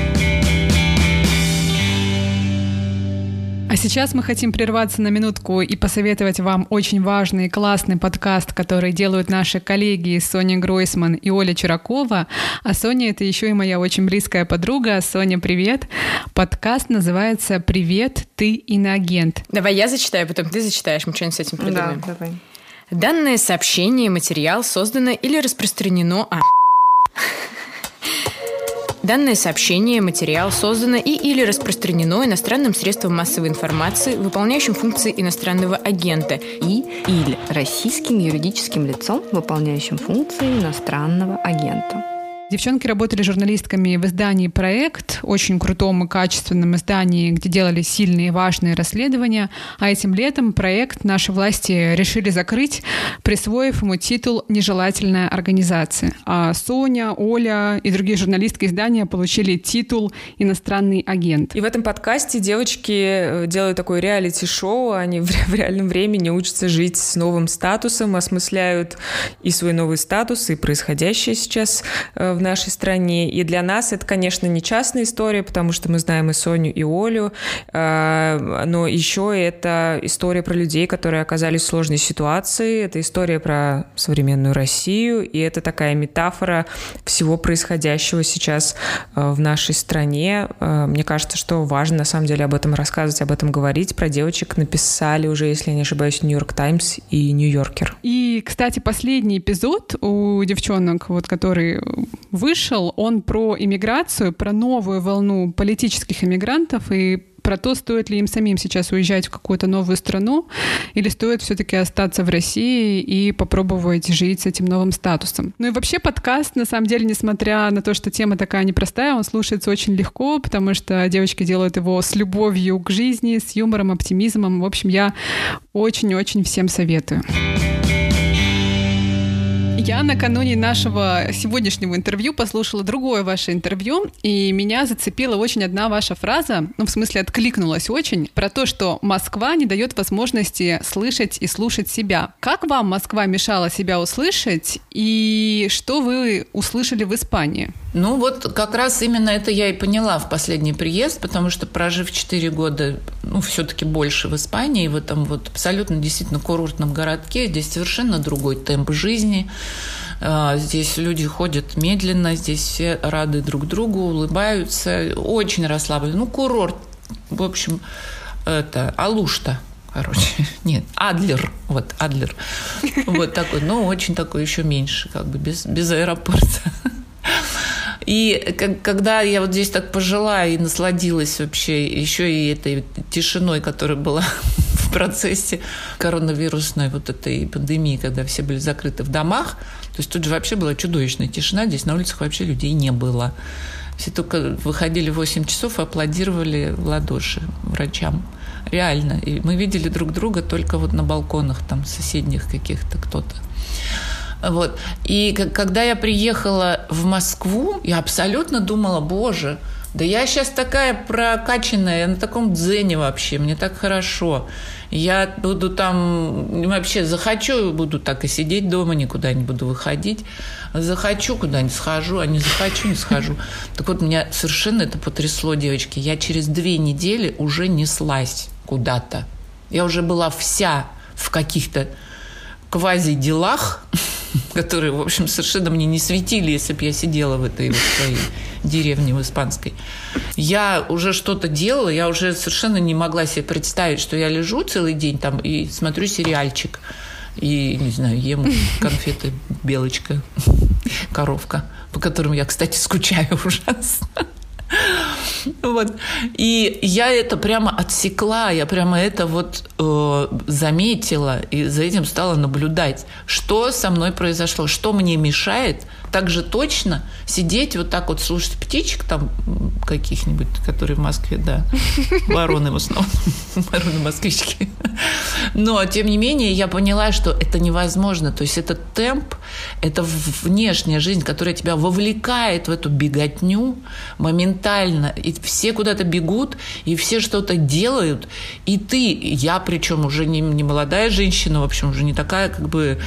А сейчас мы хотим прерваться на минутку и посоветовать вам очень важный и классный подкаст, который делают наши коллеги Соня Гройсман и Оля Чуракова. А Соня — это еще и моя очень близкая подруга. Соня, привет. Подкаст называется «Привет, ты иноагент». Давай я зачитаю, потом ты зачитаешь, мы что-нибудь с этим придумаем. Да, давай. Данное сообщение, материал создано или распространено... Данное сообщение, материал создано или распространено иностранным средством массовой информации, выполняющим функции иностранного агента или российским юридическим лицом, выполняющим функции иностранного агента. Девчонки работали журналистками в издании «Проект», очень крутом и качественном издании, где делали сильные и важные расследования. А этим летом «Проект» наши власти решили закрыть, присвоив ему титул «Нежелательная организация». А Соня, Оля и другие журналистки издания получили титул «Иностранный агент». И в этом подкасте девочки делают такое реалити-шоу. Они в реальном времени учатся жить с новым статусом, осмысляют и свой новый статус, и происходящее сейчас в нашей стране. И для нас это, конечно, не частная история, потому что мы знаем и Соню, и Олю, но еще это история про людей, которые оказались в сложной ситуации, это история про современную Россию, и это такая метафора всего происходящего сейчас в нашей стране. Мне кажется, что важно, на самом деле, об этом рассказывать, об этом говорить. Про девочек написали уже, если я не ошибаюсь, «Нью-Йорк Таймс» и «Нью-Йоркер». И, кстати, последний эпизод у девчонок, вот, который вышел, он про иммиграцию, про новую волну политических иммигрантов и про то, стоит ли им самим сейчас уезжать в какую-то новую страну или стоит все-таки остаться в России и попробовать жить с этим новым статусом. Ну и вообще подкаст, на самом деле, несмотря на то, что тема такая непростая, он слушается очень легко, потому что девочки делают его с любовью к жизни, с юмором, оптимизмом. В общем, я очень-очень всем советую. Я накануне нашего сегодняшнего интервью послушала другое ваше интервью, и меня зацепила очень одна ваша фраза, ну, в смысле, откликнулась очень, про то, что Москва не дает возможности слышать и слушать себя. Как вам Москва мешала себя услышать, и что вы услышали в Испании? Ну вот как раз именно это я и поняла в последний приезд, потому что, прожив 4 года, ну, все-таки больше в Испании, в этом вот абсолютно действительно курортном городке, здесь совершенно другой темп жизни. Здесь люди ходят медленно, здесь все рады друг другу, улыбаются, очень расслаблены. Ну, курорт, в общем, это Алушта. Короче, нет, Адлер, вот Адлер, вот такой, но очень такой еще меньше, как бы без аэропорта. И когда я вот здесь так пожила и насладилась вообще еще и этой тишиной, которая была в процессе коронавирусной вот этой пандемии, когда все были закрыты в домах, то есть тут же вообще была чудовищная тишина, здесь на улицах вообще людей не было. Все только выходили в 8 часов и аплодировали в ладоши врачам. Реально. И мы видели друг друга только вот на балконах там соседних каких-то кто-то. Вот. И когда я приехала в Москву, я абсолютно думала, боже, Да я сейчас такая прокачанная, я на таком дзене вообще, мне так хорошо. Я буду там, вообще захочу, буду так и сидеть дома, никуда не буду выходить. Захочу, куда-нибудь схожу, а не захочу, не схожу. Так вот, меня совершенно это потрясло, девочки. Я через 2 недели уже неслась куда-то. Я уже была вся в каких-то квази-делах, которые, в общем, совершенно мне не светили, если бы я сидела в этой вот своей деревне в испанской. Я уже что-то делала, я уже совершенно не могла себе представить, что я лежу целый день там и смотрю сериальчик. И, не знаю, ем конфеты «Белочка», коровка, по которым я, кстати, скучаю ужасно. Вот. И я это прямо отсекла, я прямо это вот заметила и за этим стала наблюдать, что со мной произошло, что мне мешает так же точно сидеть вот так вот, слушать птичек там каких-нибудь, которые в Москве, да, вороны в основном, вороны-москвички. Но, тем не менее, я поняла, что это невозможно. То есть этот темп, это внешняя жизнь, которая тебя вовлекает в эту беготню моментально. И все куда-то бегут, и все что-то делают. И ты, я причем уже не молодая женщина, в общем, уже не такая как бы,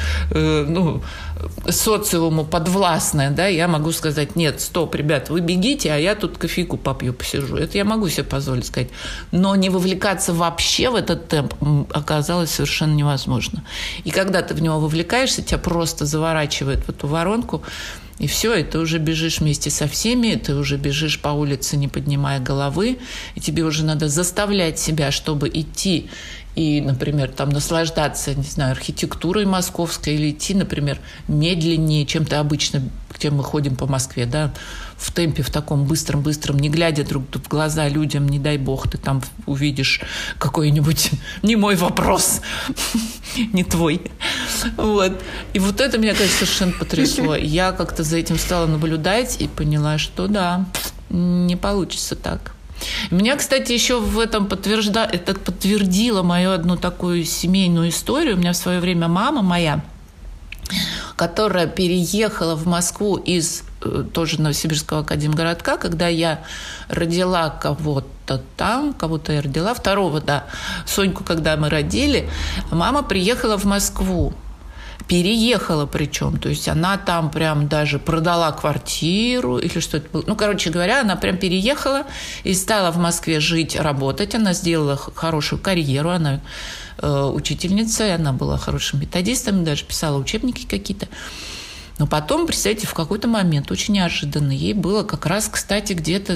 социуму подвластная, да, я могу сказать, нет, стоп, ребят, вы бегите, а я тут кофейку попью, посижу. Это я могу себе позволить сказать. Но не вовлекаться вообще в этот темп оказалось совершенно невозможно. И когда ты в него вовлекаешься, тебя просто заворачивает в эту воронку, и все, и ты уже бежишь вместе со всеми, ты уже бежишь по улице, не поднимая головы, и тебе уже надо заставлять себя, чтобы идти и, например, там наслаждаться, не знаю, архитектурой московской, или идти, например, медленнее, чем ты обычно, чем мы ходим по Москве, да, в темпе, в таком быстром-быстром, не глядя друг в глаза людям, не дай бог, ты там увидишь какой-нибудь не мой вопрос, не твой. Вот. И вот это меня, конечно, совершенно потрясло. Я как-то за этим стала наблюдать и поняла, что да, не получится так. Меня, кстати, еще в этом это подтвердило мою одну такую семейную историю. У меня в свое время мама моя, которая переехала в Москву из тоже Новосибирского академгородка, когда я родила кого-то там, кого-то я родила, второго, да, Соньку, когда мы родили, мама приехала в Москву. Переехала причем, то есть она там прям даже продала квартиру или что это было. Ну, короче говоря, она прям переехала и стала в Москве жить, работать. Она сделала хорошую карьеру, она учительница, и она была хорошим методистом, даже писала учебники какие-то. Но потом, представьте, в какой-то момент, очень неожиданно, ей было как раз, кстати, где-то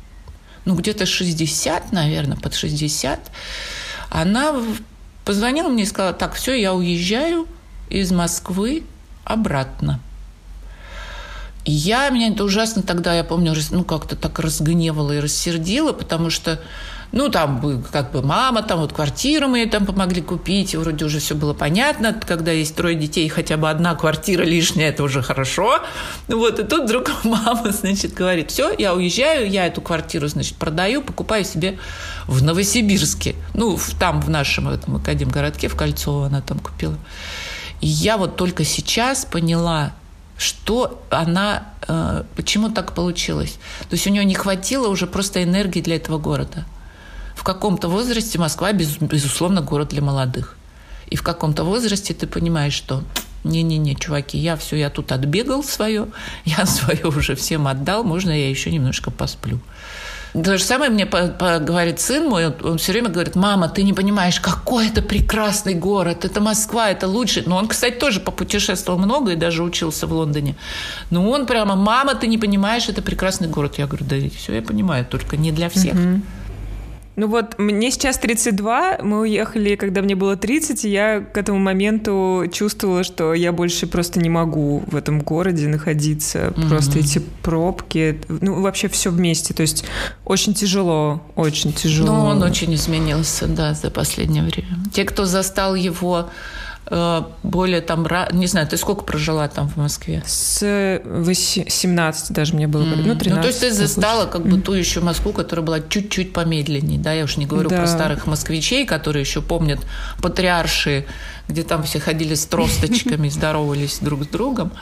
60, наверное, под 60. Она позвонила мне и сказала, так, все, я уезжаю из Москвы обратно. И меня это ужасно тогда, я помню, как-то так разгневало и рассердило, потому что, там как бы мама, там вот квартиру мы ей там помогли купить, и вроде уже все было понятно, когда есть 3 детей, хотя бы 1 квартира лишняя, это уже хорошо. Вот, и тут вдруг мама, значит, говорит, все, я уезжаю, я эту квартиру, значит, продаю, покупаю себе в Новосибирске, там в нашем этом академгородке, в Кольцово она там купила. И я вот только сейчас поняла, что почему так получилось. То есть у нее не хватило уже просто энергии для этого города. В каком-то возрасте Москва, безусловно, город для молодых. И в каком-то возрасте ты понимаешь, что не-не-не, чуваки, я тут отбегал свое, я свое уже всем отдал, можно я еще немножко посплю. То же самое мне говорит сын мой, он все время говорит, мама, ты не понимаешь, какой это прекрасный город, это Москва, это лучший. Но он, кстати, тоже попутешествовал много и даже учился в Лондоне. Но он прямо, мама, ты не понимаешь, это прекрасный город. Я говорю, да все я понимаю, только не для всех. Ну вот, мне сейчас 32, мы уехали, когда мне было 30, и я к этому моменту чувствовала, что я больше просто не могу в этом городе находиться. Просто эти пробки, вообще все вместе. То есть очень тяжело, очень тяжело. Но он очень изменился, да, за последнее время. Те, кто застал его более там, не знаю, ты сколько прожила там в Москве? С 17 даже мне было, 13. То есть ты застала как бы ту еще Москву, которая была чуть-чуть помедленнее, да, я уж не говорю про старых москвичей, которые еще помнят патриарши, где там все ходили с тросточками, здоровались друг с другом.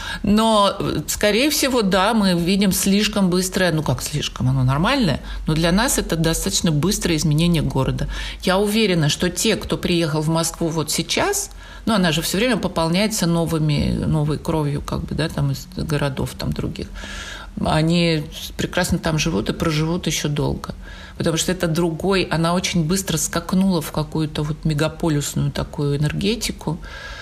Но, скорее всего, да, мы видим слишком быстрое, ну как слишком, оно нормальное, но для нас это достаточно быстрое изменение города. Я уверена, что те, кто приехал в Москву вот сейчас, ну она же все время пополняется новой кровью, как бы, да, там из городов там других, они прекрасно там живут и проживут еще долго. Потому что это другой, она очень быстро скакнула в какую-то вот мегаполисную такую энергетику.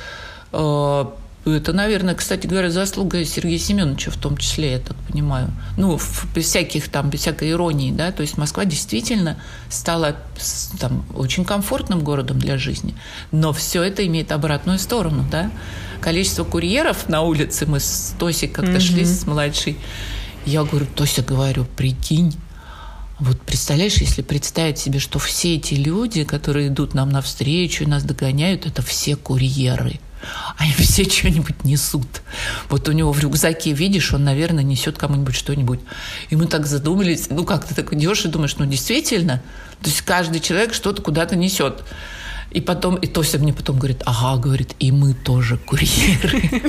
Это, наверное, кстати говоря, заслуга Сергея Семеновича в том числе, я так понимаю. Ну, без всякой иронии, да. То есть Москва действительно стала там очень комфортным городом для жизни. Но все это имеет обратную сторону, да. Количество курьеров на улице, мы с Тосей как-то шли с младшей. Я говорю, Тося, говорю, прикинь, вот представляешь, если представить себе, что все эти люди, которые идут нам навстречу и нас догоняют, это все курьеры. Они все что-нибудь несут. Вот у него в рюкзаке, видишь, он, наверное, несет кому-нибудь что-нибудь. И мы так задумались, ну как ты так идешь и думаешь, ну действительно, то есть каждый человек что-то куда-то несет. И Тося мне потом говорит, ага, говорит, и мы тоже курьеры.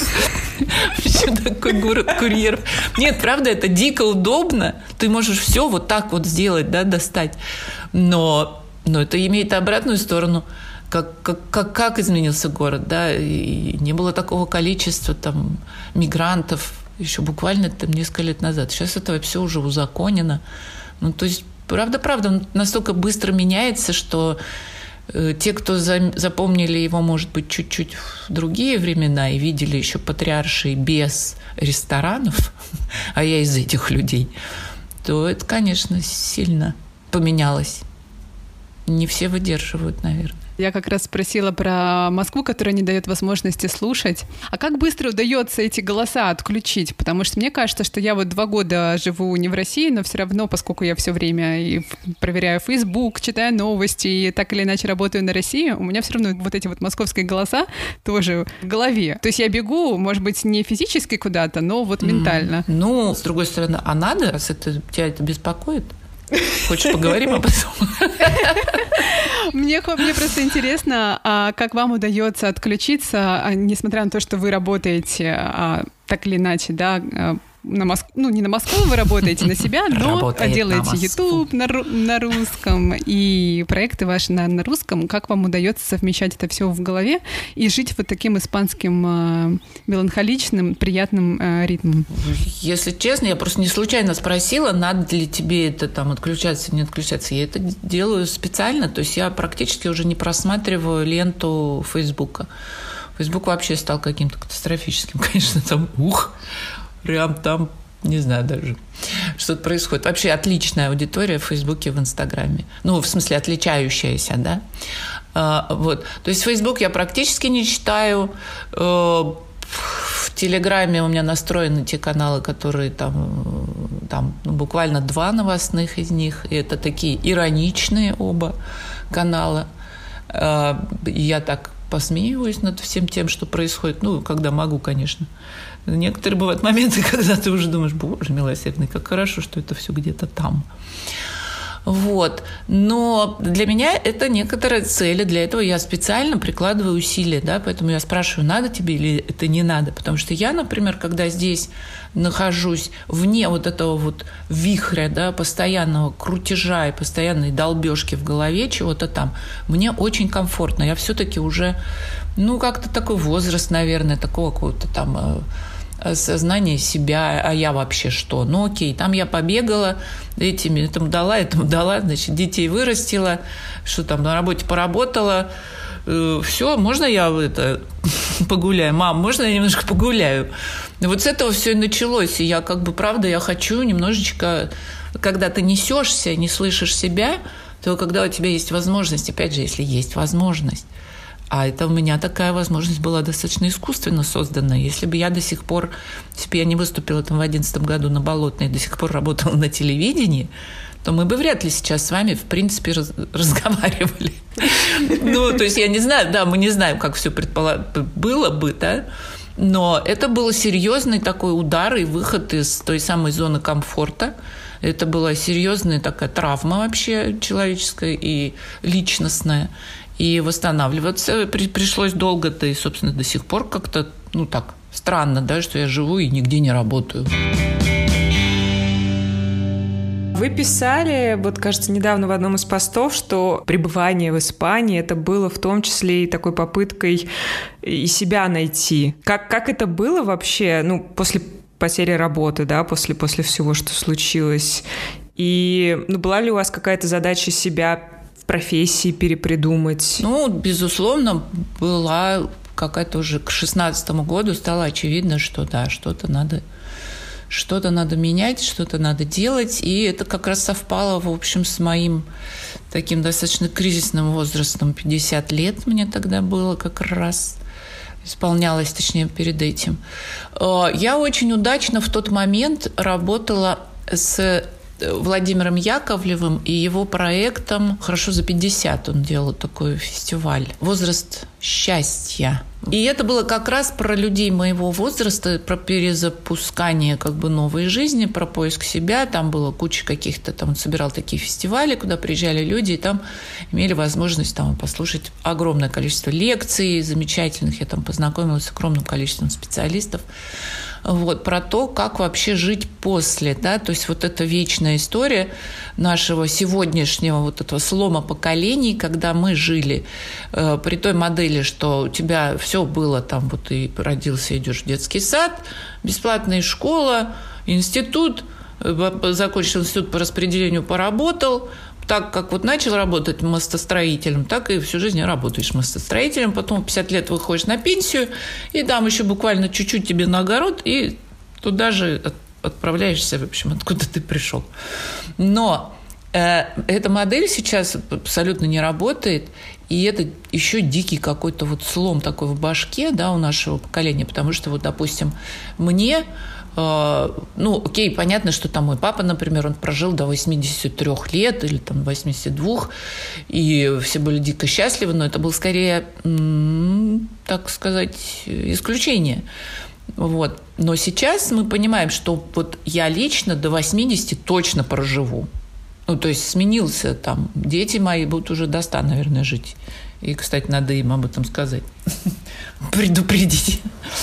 Почему такой город курьеров? Нет, правда, это дико удобно. Ты можешь все вот так вот сделать, да, достать. Но это имеет обратную сторону. Как изменился город, да, и не было такого количества там мигрантов еще буквально там несколько лет назад. Сейчас это все уже узаконено. Ну, то есть, правда, настолько быстро меняется, что те, кто запомнили его, может быть, чуть-чуть в другие времена и видели еще патриарший без ресторанов, а я из этих людей, то это, конечно, сильно поменялось. Не все выдерживают, наверное. Я как раз спросила про Москву, которая не дает возможности слушать. А как быстро удается эти голоса отключить? Потому что мне кажется, что я вот 2 года живу не в России, но все равно, поскольку я все время и проверяю Facebook, читаю новости и так или иначе работаю на России, у меня все равно вот эти вот московские голоса тоже в голове. То есть я бегу, может быть, не физически куда-то, но вот ментально. Ну, с другой стороны, а надо, раз тебя это беспокоит? Хочешь, поговорим об этом? Мне просто интересно, как вам удается отключиться, несмотря на то, что вы работаете так или иначе, да, не на Москву вы работаете, на себя, но делаете YouTube на русском и проекты ваши на русском. Как вам удается совмещать это все в голове и жить вот таким испанским меланхоличным, приятным ритмом? Если честно, я просто не случайно спросила, надо ли тебе это там отключаться, не отключаться. Я это делаю специально, то есть я практически уже не просматриваю ленту Фейсбука. Фейсбук вообще стал каким-то катастрофическим, конечно, там прям там, не знаю даже, что-то происходит. Вообще отличная аудитория в Фейсбуке и в Инстаграме. Ну, в смысле, отличающаяся, да. Вот. То есть Фейсбук я практически не читаю. В Телеграме у меня настроены те каналы, которые там буквально 2 новостных из них. И это такие ироничные оба канала. Я так посмеиваюсь над всем тем, что происходит. Ну, когда могу, конечно. Некоторые бывают моменты, когда ты уже думаешь, боже милосердный, как хорошо, что это все где-то там. Вот. Но для меня это некоторая цель, и для этого я специально прикладываю усилия, да, поэтому я спрашиваю, надо тебе или это не надо, потому что я, например, когда здесь нахожусь вне вот этого вот вихря, да, постоянного крутежа и постоянной долбежки в голове чего-то там, мне очень комфортно, я все-таки уже, как-то такой возраст, наверное, такого какого-то там осознание себя, а я вообще что? Ну окей, там я побегала, этому дала, значит, детей вырастила, что там на работе поработала, все, можно я погуляю? Мам, можно я немножко погуляю? И вот с этого все и началось, и я правда, я хочу немножечко, когда ты несешься, не слышишь себя, то когда у тебя есть возможность, опять же, если есть возможность, а это у меня такая возможность была достаточно искусственно создана. Если бы я до сих пор, если бы я не выступила там в 2011 году на Болотной, до сих пор работала на телевидении, то мы бы вряд ли сейчас с вами, в принципе, разговаривали. То есть я не знаю, да, мы не знаем, как все было бы, да, но это был серьезный такой удар и выход из той самой зоны комфорта. Это была серьезная такая травма вообще человеческая и личностная. И восстанавливаться пришлось долго-то, и, собственно, до сих пор как-то, странно, да, что я живу и нигде не работаю. Вы писали, вот, кажется, недавно в одном из постов, что пребывание в Испании это было в том числе и такой попыткой и себя найти. Как это было вообще, после потери работы, да, после всего, что случилось? И была ли у вас какая-то задача себя в профессии перепридумать? Безусловно, была какая-то уже к 2016 году стало очевидно, что да, что-то надо менять, что-то надо делать. И это как раз совпало, в общем, с моим таким достаточно кризисным возрастом. 50 лет мне тогда было как раз. Исполнялось, точнее, перед этим. Я очень удачно в тот момент работала с Владимиром Яковлевым и его проектом «Хорошо за 50». Он делал такой фестиваль «Возраст счастья». И это было как раз про людей моего возраста, про перезапускание новой жизни, про поиск себя. Там было куча каких-то, он собирал такие фестивали, куда приезжали люди, и там имели возможность послушать огромное количество лекций замечательных. Я там познакомилась с огромным количеством специалистов. Про то, как вообще жить после, да, то есть эта вечная история нашего сегодняшнего этого слома поколений, когда мы жили при той модели, что у тебя все было ты родился, идешь в детский сад, бесплатная школа, институт, закончил институт по распределению, поработал, так как начал работать мостостроителем, так и всю жизнь работаешь мостостроителем, потом в 50 лет выходишь на пенсию, и там еще буквально чуть-чуть тебе на огород, и туда же отправляешься, в общем, откуда ты пришел. Но эта модель сейчас абсолютно не работает, и это еще дикий какой-то слом такой в башке, да, у нашего поколения, потому что, допустим, мне... окей, понятно, что мой папа, например, он прожил до 83 лет или 82, и все были дико счастливы, но это было скорее, так сказать, исключение. Но сейчас мы понимаем, что я лично до 80 точно проживу. То есть сменился дети мои будут уже до 100, наверное, жить. И, кстати, надо им об этом сказать. Предупредить.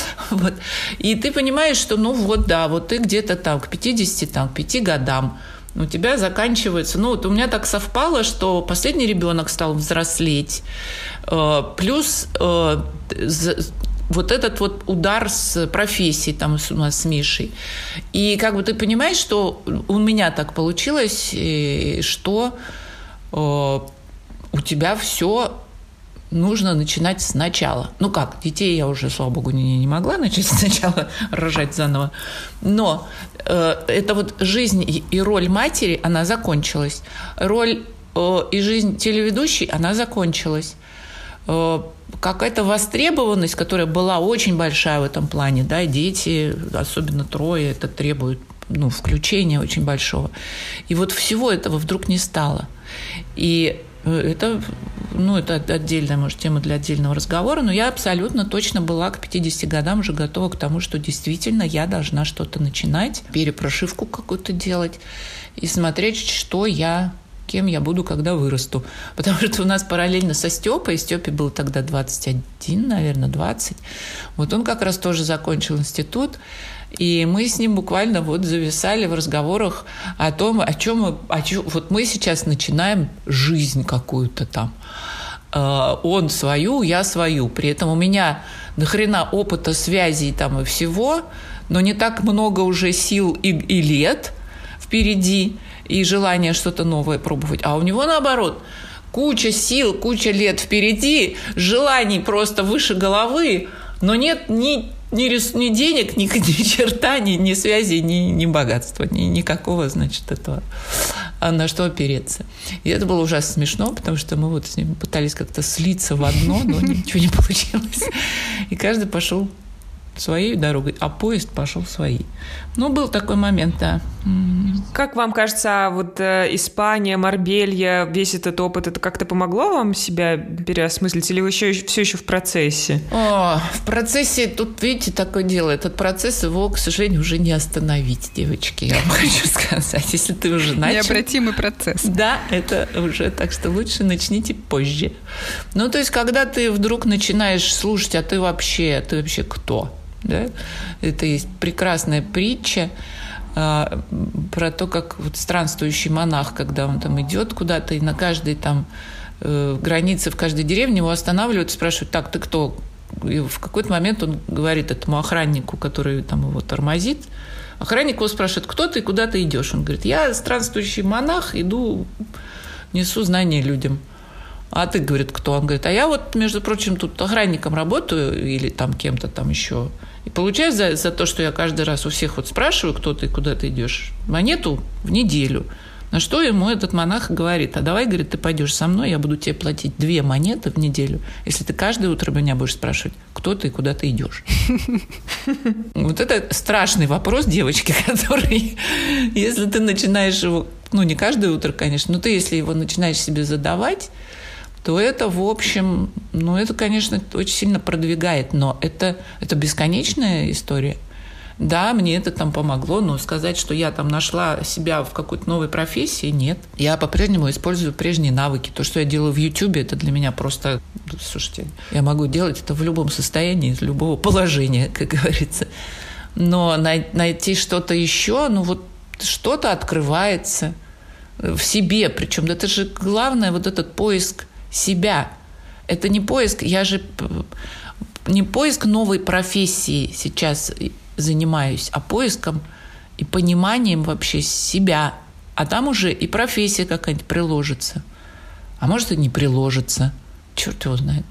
И ты понимаешь, что, ты где-то к 50, к 5 годам у тебя заканчивается... у меня так совпало, что последний ребенок стал взрослеть. Плюс этот удар с профессией у нас с Мишей. И ты понимаешь, что у меня так получилось, что у тебя все... нужно начинать сначала. Детей я уже, слава богу, не могла начать сначала рожать заново. Но эта жизнь и роль матери, она закончилась. Роль и жизнь телеведущей, она закончилась. Какая-то востребованность, которая была очень большая в этом плане, да, дети, особенно 3, это требует включения очень большого. И всего этого вдруг не стало. И это отдельная, может, тема для отдельного разговора, но я абсолютно точно была к 50 годам уже готова к тому, что действительно я должна что-то начинать, перепрошивку какую-то делать и смотреть, кем я буду, когда вырасту. Потому что у нас параллельно со Стёпой, Стёпе было тогда 21, наверное, 20, он как раз тоже закончил институт, и мы с ним буквально зависали в разговорах о том, о чем мы сейчас начинаем жизнь какую-то там. Он свою, я свою. При этом у меня дохрена опыта, связей и всего, но не так много уже сил и лет впереди, и желание что-то новое пробовать. А у него наоборот. Куча сил, куча лет впереди, желаний просто выше головы, но нет ни денег, ни черта, ни связи, ни богатства, никакого, этого, на что опереться. И это было ужасно смешно, потому что мы с ним пытались как-то слиться в одно, но ничего не получилось. И каждый пошел своей дорогой, а поезд пошел своей. Был такой момент, да. Как вам кажется, Испания, Марбелья, весь этот опыт, это как-то помогло вам себя переосмыслить, или вы все еще в процессе? В процессе, тут, видите, такое дело, этот процесс, его, к сожалению, уже не остановить, девочки, я вам хочу сказать, если ты уже начал. Необратимый процесс. Да, это уже, так что лучше начните позже. То есть, когда ты вдруг начинаешь слушать, а ты вообще кто? Да? Это есть прекрасная притча про то, как вот странствующий монах, когда он там идет куда-то, и на каждой там границе, в каждой деревне его останавливают, спрашивают: так, ты кто? И в какой-то момент он говорит этому охраннику, который там его тормозит, охранник его спрашивает: кто ты и куда ты идешь? Он говорит: я странствующий монах, иду, несу знания людям. А ты, говорит, кто? Он говорит: а я вот, между прочим, тут охранником работаю или там кем-то там еще. И получаю за то, что я каждый раз у всех вот спрашиваю, кто ты и куда ты идешь, монету в неделю. На что ему этот монах говорит: а давай, говорит, ты пойдешь со мной, я буду тебе платить 2 монеты в неделю, если ты каждое утро меня будешь спрашивать, кто ты и куда ты идешь. Вот это страшный вопрос, девочки, который, если ты начинаешь его, ну, не каждое утро, конечно, но ты, если его начинаешь себе задавать, то это, в общем, ну, это, конечно, очень сильно продвигает, но это бесконечная история. Да, мне это там помогло, но сказать, что я там нашла себя в какой-то новой профессии, нет. Я по-прежнему использую прежние навыки. То, что я делаю в Ютубе, это для меня просто... Слушайте, я могу делать это в любом состоянии, из любого положения, как говорится. Но найти что-то еще, ну вот что-то открывается в себе. Причем это же главное, вот этот поиск себя. Это не поиск, я же не поиск новой профессии сейчас занимаюсь, а поиском и пониманием вообще себя. А там уже и профессия какая-нибудь приложится. А может, и не приложится. Черт его знает.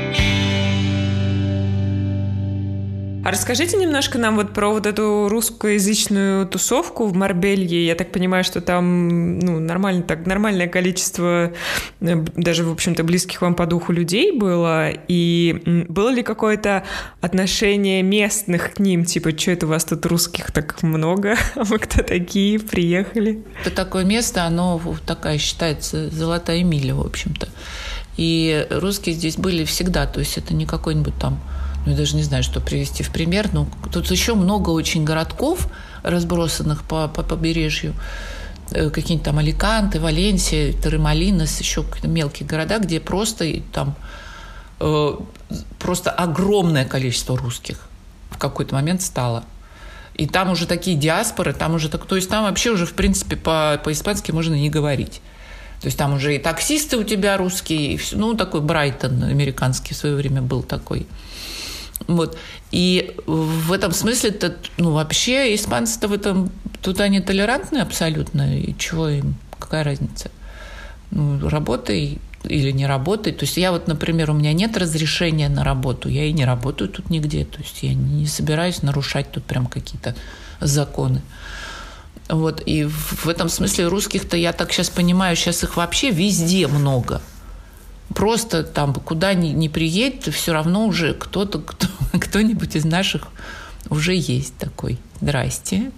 А расскажите немножко нам вот про вот эту русскоязычную тусовку в Марбелье. Я так понимаю, что там нормальное количество даже, в общем-то, близких вам по духу людей было. И было ли какое-то отношение местных к ним? Типа, что это у вас тут русских так много? А вы кто такие? Приехали? Это такое место, оно такая считается золотая миля, в общем-то. И русские здесь были всегда. То есть это не какой-нибудь там... Я даже не знаю, что привести в пример. Но тут еще много очень городков, разбросанных по побережью. Какие-нибудь там Аликанте, Валенсия, Торремолинос, еще какие-то мелкие города, где просто там просто огромное количество русских в какой-то момент стало. И там уже такие диаспоры, там уже так, то есть там вообще уже, в принципе, по-испански можно не говорить. То есть там уже и таксисты у тебя русские, и все, ну, такой Брайтон американский в свое время был такой. Вот. И в этом смысле, ну, вообще испанцы-то в этом, тут они толерантны абсолютно, и чего им, какая разница? Ну, работай или не работай. То есть я вот, например, у меня нет разрешения на работу, я и не работаю тут нигде, то есть я не собираюсь нарушать тут прям какие-то законы. Вот. И в этом смысле русских-то, я так сейчас понимаю, сейчас их вообще везде много. Просто там куда ни приедет, все равно уже кто-нибудь из наших уже есть такой. Здрасте.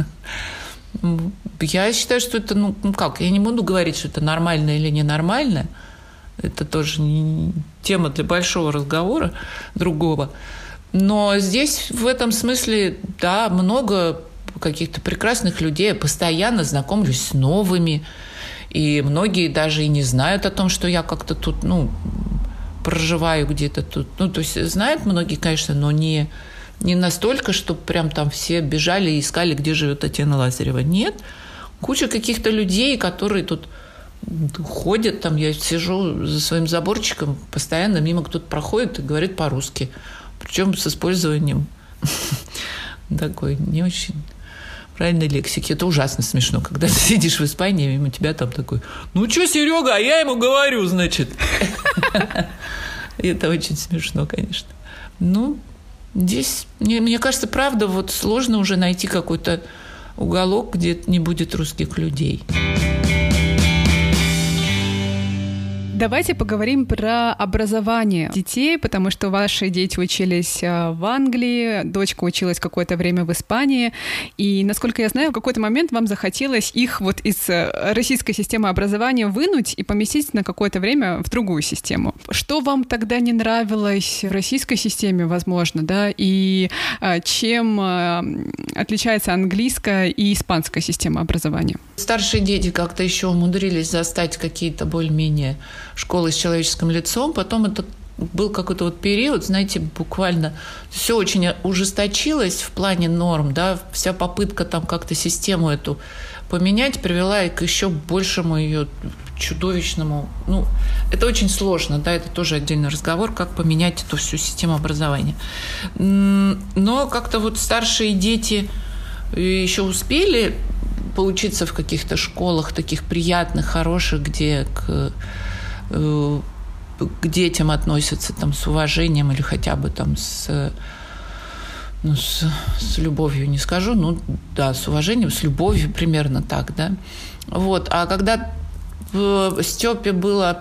Я считаю, что это, ну как, я не буду говорить, что это нормально или ненормально. Это тоже не тема для большого разговора другого. Но здесь в этом смысле, да, много каких-то прекрасных людей. Я постоянно знакомлюсь с новыми. И многие даже и не знают о том, что я как-то тут, ну, проживаю где-то тут. Ну, то есть знают многие, конечно, но не настолько, чтобы прям там все бежали и искали, где живет Татьяна Лазарева. Нет. Куча каких-то людей, которые тут ходят, там я сижу за своим заборчиком, постоянно мимо кто-то проходит и говорит по-русски. Причем с использованием такой не очень... правильной лексики. Это ужасно смешно, когда ты сидишь в Испании, мимо тебя там такой: ну что, Серега, а я ему говорю, значит. Это очень смешно, конечно. Ну, здесь, мне кажется, правда, вот сложно уже найти какой-то уголок, где не будет русских людей. Давайте поговорим про образование детей, потому что ваши дети учились в Англии, дочка училась какое-то время в Испании, и, насколько я знаю, в какой-то момент вам захотелось их вот из российской системы образования вынуть и поместить на какое-то время в другую систему. Что вам тогда не нравилось в российской системе, возможно, да, и чем отличается английская и испанская система образования? Старшие дети как-то еще умудрились застать какие-то более-менее школы с человеческим лицом. Потом это был какой-то вот период, знаете, буквально все очень ужесточилось в плане норм, да, вся попытка там как-то систему эту поменять привела к еще большему ее чудовищному. Ну, это очень сложно, да, это тоже отдельный разговор, как поменять эту всю систему образования. Но как-то вот старшие дети еще успели поучиться в каких-то школах таких приятных, хороших, где к детям относятся там с уважением или хотя бы там с любовью, не скажу, ну да, с уважением, с любовью, примерно так, да. Вот, а когда Степе было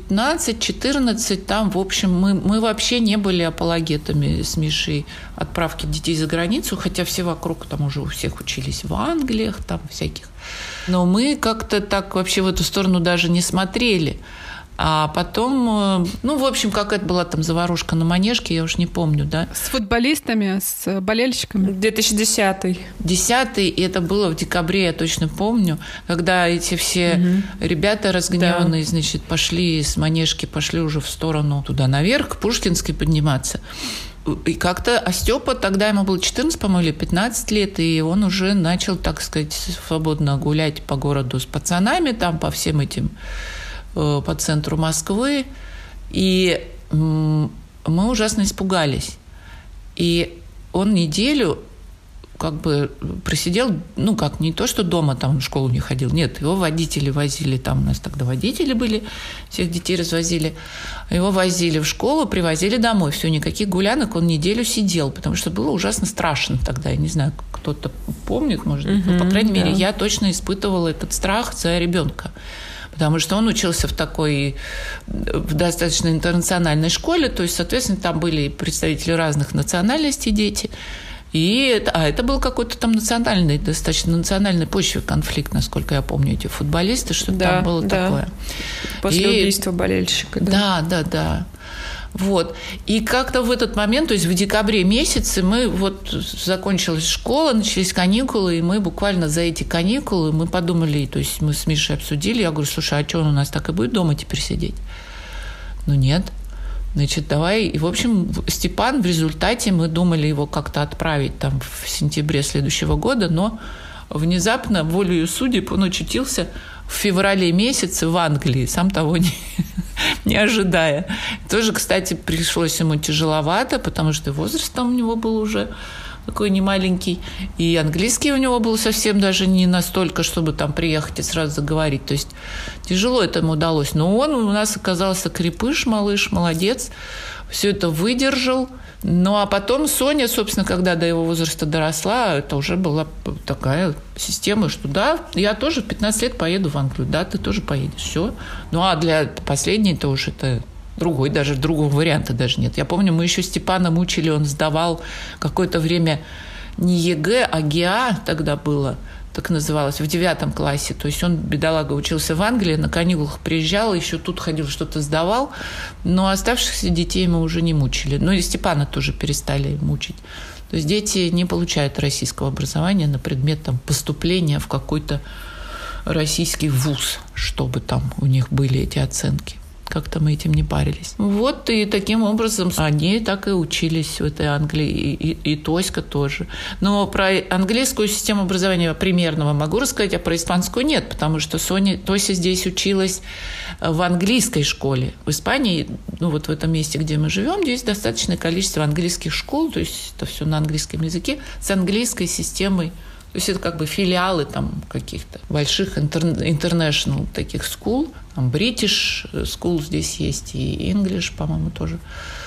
15-14, там, в общем, мы вообще не были апологетами с Мишей отправки детей за границу, хотя все вокруг там уже у всех учились в Англиях, там всяких. Но мы как-то так вообще в эту сторону даже не смотрели. А потом, ну, в общем, какая-то была там заварушка на Манежке, я уж не помню, да. С футболистами, с болельщиками? 2010-й. 10-й, и это было в декабре, я точно помню, когда эти все ребята разгневанные, да, значит, пошли с Манежки, пошли уже в сторону туда наверх, к Пушкинской подниматься. И как-то, а Степа, тогда ему было 14, по-моему, или 15 лет, и он уже начал, так сказать, свободно гулять по городу с пацанами, там, по всем этим, по центру Москвы, и мы ужасно испугались. И он неделю как бы просидел, ну как, не то, что дома там в школу не ходил, нет, его водители возили, там у нас тогда водители были, всех детей развозили, его возили в школу, привозили домой, все, никаких гулянок, он неделю сидел, потому что было ужасно страшно тогда, я не знаю, кто-то помнит, может быть, но, по крайней мере, я точно испытывала этот страх за ребенка. Потому что он учился в достаточно интернациональной школе, то есть, соответственно, там были представители разных национальностей дети. Это был какой-то там достаточно национальной почве конфликт, насколько я помню, эти футболисты, что там было такое. После убийства болельщика. Да. Вот. И как-то в этот момент, то есть в декабре месяце, закончилась школа, начались каникулы, и мы буквально за эти каникулы мы подумали, то есть мы с Мишей обсудили, я говорю, слушай, а что, он у нас так и будет дома теперь сидеть? Ну нет. Значит, давай. И, в общем, Степан в результате, мы думали его как-то отправить там в сентябре следующего года, но внезапно, волею судеб, он очутился в феврале месяце в Англии, сам того не ожидая. Тоже, кстати, пришлось ему тяжеловато, потому что возраст там у него был уже такой немаленький, и английский у него был совсем даже не настолько, чтобы там приехать и сразу заговорить. То есть тяжело это ему удалось. Но он у нас оказался крепыш, малыш, молодец, все это выдержал. Ну, а потом Соня, собственно, когда до его возраста доросла, это уже была такая система, что да, я тоже в 15 лет поеду в Англию, да, ты тоже поедешь, все. Ну, а для последней-то уж это другого варианта даже нет. Я помню, мы еще Степана мучили, он сдавал какое-то время не ЕГЭ, а ГИА тогда было, так называлось, в 9 классе. То есть он, бедолага, учился в Англии, на каникулах приезжал, еще тут ходил, что-то сдавал, но оставшихся детей мы уже не мучили. Ну и Степана тоже перестали мучить. То есть дети не получают российского образования на предмет там, поступления в какой-то российский вуз, чтобы там у них были эти оценки. Как-то мы этим не парились. Вот, и таким образом они так и учились в этой Англии, и Тоська тоже. Но про английскую систему образования примерного могу рассказать, а про испанскую нет, потому что Тося здесь училась в английской школе. В Испании, ну вот в этом месте, где мы живем, здесь достаточное количество английских школ, то есть это все на английском языке, с английской системой. То есть это как бы филиалы там каких-то больших international таких school. Там British school здесь есть, и English, по-моему, тоже.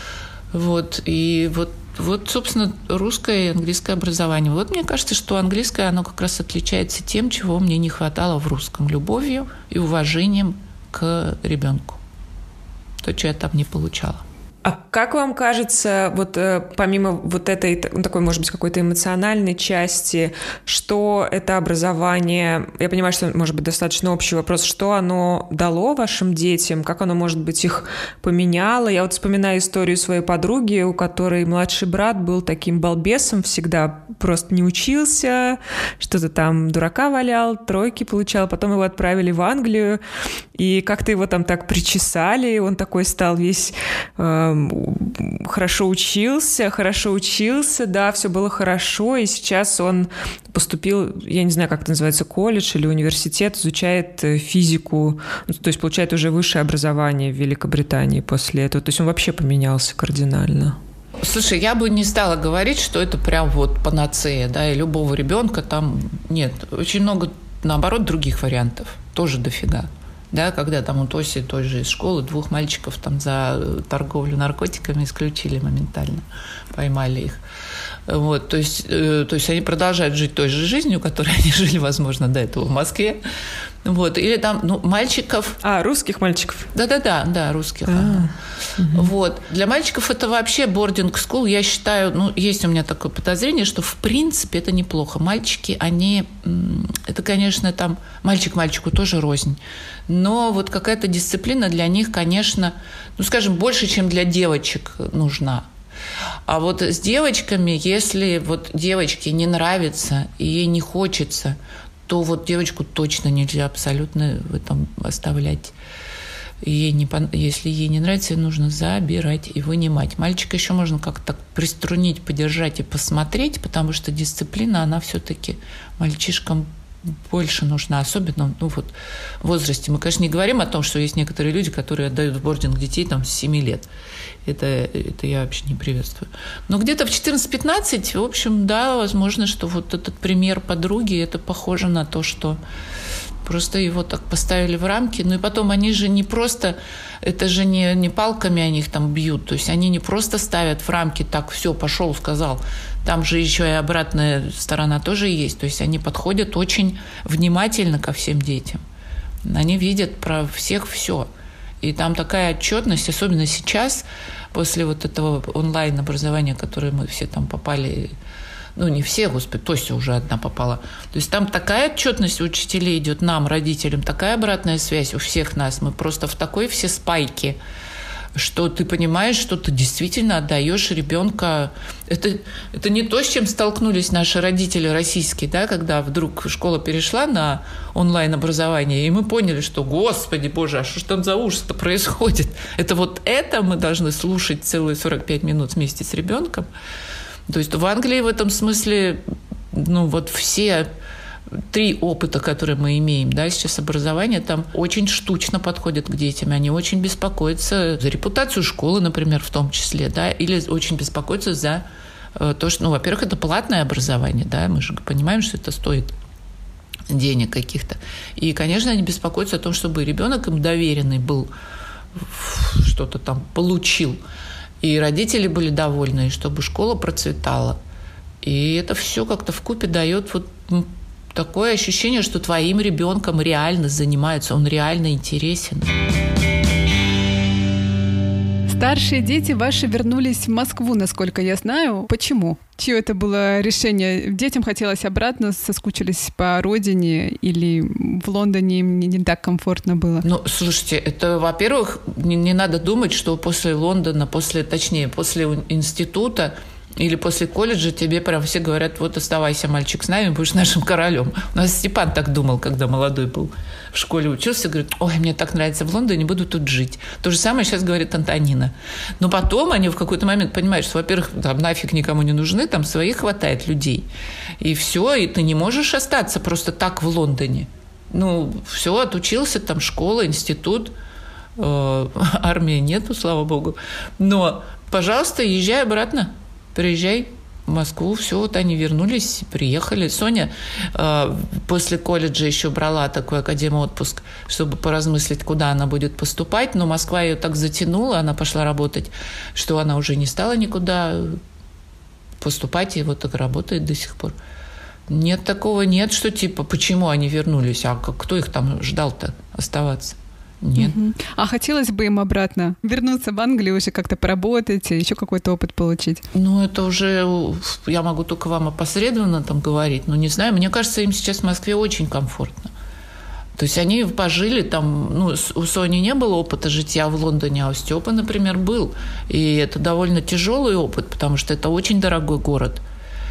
Вот. И вот, собственно, русское и английское образование. Вот мне кажется, что английское, оно как раз отличается тем, чего мне не хватало в русском. Любовью и уважением к ребенку. То, что я там не получала. А как вам кажется, вот помимо вот этой, такой, может быть, какой-то эмоциональной части, что это образование, я понимаю, что, может быть, достаточно общий вопрос, что оно дало вашим детям, как оно, может быть, их поменяло? Я вот вспоминаю историю своей подруги, у которой младший брат был таким балбесом всегда, просто не учился, что-то там дурака валял, тройки получал, потом его отправили в Англию, и как-то его там так причесали, он такой стал весь хорошо учился, да, все было хорошо, и сейчас он поступил, я не знаю, как это называется, колледж или университет, изучает физику, то есть получает уже высшее образование в Великобритании после этого. То есть он вообще поменялся кардинально. Слушай, я бы не стала говорить, что это прям вот панацея, да, и любого ребенка там нет. Очень много, наоборот, других вариантов, тоже дофига. Да, когда там у Тоси той же из школы 2 мальчиков там за торговлю наркотиками исключили моментально, поймали их. Вот, то есть они продолжают жить той же жизнью, которой они жили, возможно, до этого в Москве. Вот, или там, мальчиков... русских мальчиков? Да, русских. Вот. Для мальчиков это вообще boarding school, я считаю, есть у меня такое подозрение, что в принципе это неплохо. Мальчики, они... Это, конечно, там мальчик мальчику тоже рознь. Но вот какая-то дисциплина для них, конечно, скажем, больше, чем для девочек нужна. А вот с девочками, если вот девочке не нравится и ей не хочется, то вот девочку точно нельзя абсолютно в этом оставлять. Если ей не нравится, ее нужно забирать и вынимать. Мальчика еще можно как-то приструнить, подержать и посмотреть, потому что дисциплина, она все-таки мальчишкам больше нужна, особенно в возрасте. Мы, конечно, не говорим о том, что есть некоторые люди, которые отдают в бординг детей там, с 7 лет. Это я вообще не приветствую. Но где-то в 14-15, в общем, да, возможно, что вот этот пример подруги, это похоже на то, что просто его так поставили в рамки. Ну и потом они же не просто, это же не палками они их там бьют, то есть они не просто ставят в рамки, так, все, пошел, сказал. Там же еще и обратная сторона тоже есть. То есть они подходят очень внимательно ко всем детям. Они видят про всех все. И там такая отчетность, особенно сейчас, после вот этого онлайн-образования, которое мы все там попали, не все, господи, Тося уже одна попала. То есть там такая отчетность у учителей идет нам, родителям, такая обратная связь у всех нас. Мы просто в такой все спайке, что ты понимаешь, что ты действительно отдаешь ребенка. Это не то, с чем столкнулись наши родители российские, да, когда вдруг школа перешла на онлайн-образование, и мы поняли, что, господи боже, а что ж там за ужас-то происходит? Это мы должны слушать целые 45 минут вместе с ребенком. То есть в Англии в этом смысле, все 3 опыта, которые мы имеем, да, сейчас образование там очень штучно подходит к детям, они очень беспокоятся за репутацию школы, например, в том числе, да, или очень беспокоятся за то, что, во-первых, это платное образование, да, мы же понимаем, что это стоит денег каких-то. И, конечно, они беспокоятся о том, чтобы ребенок им доверенный был, что-то там получил, и родители были довольны, и чтобы школа процветала. И это все как-то вкупе дает такое ощущение, что твоим ребенком реально занимаются, он реально интересен. Старшие дети ваши вернулись в Москву, насколько я знаю. Почему? Чье это было решение? Детям хотелось обратно, соскучились по родине, или в Лондоне им не так комфортно было? Слушайте, это, во-первых, не надо думать, что после Лондона, после института или после колледжа тебе прям все говорят: вот оставайся, мальчик, с нами, будешь нашим королем. У нас Степан так думал, когда молодой был, в школе учился, говорит: ой, мне так нравится в Лондоне, буду тут жить. То же самое сейчас говорит Антонина. Но потом они в какой-то момент понимают, что, во-первых, там нафиг никому не нужны, там своих хватает людей. И все, и ты не можешь остаться просто так в Лондоне. Все, отучился, там школа, институт, армии нету, слава богу. Но, пожалуйста, езжай обратно. Приезжай в Москву, все, они вернулись, приехали. Соня после колледжа еще брала такой академ-отпуск, чтобы поразмыслить, куда она будет поступать, но Москва ее так затянула, она пошла работать, что она уже не стала никуда поступать, и так работает до сих пор. Нет такого, нет, что почему они вернулись, а кто их там ждал-то оставаться? Нет. А хотелось бы им обратно вернуться в Англию, уже как-то поработать, еще какой-то опыт получить? Это уже я могу только вам опосредованно там говорить, но не знаю, мне кажется, им сейчас в Москве очень комфортно. То есть они пожили там, у Сони не было опыта житья в Лондоне, а у Степы, например, был. И это довольно тяжелый опыт, потому что это очень дорогой город.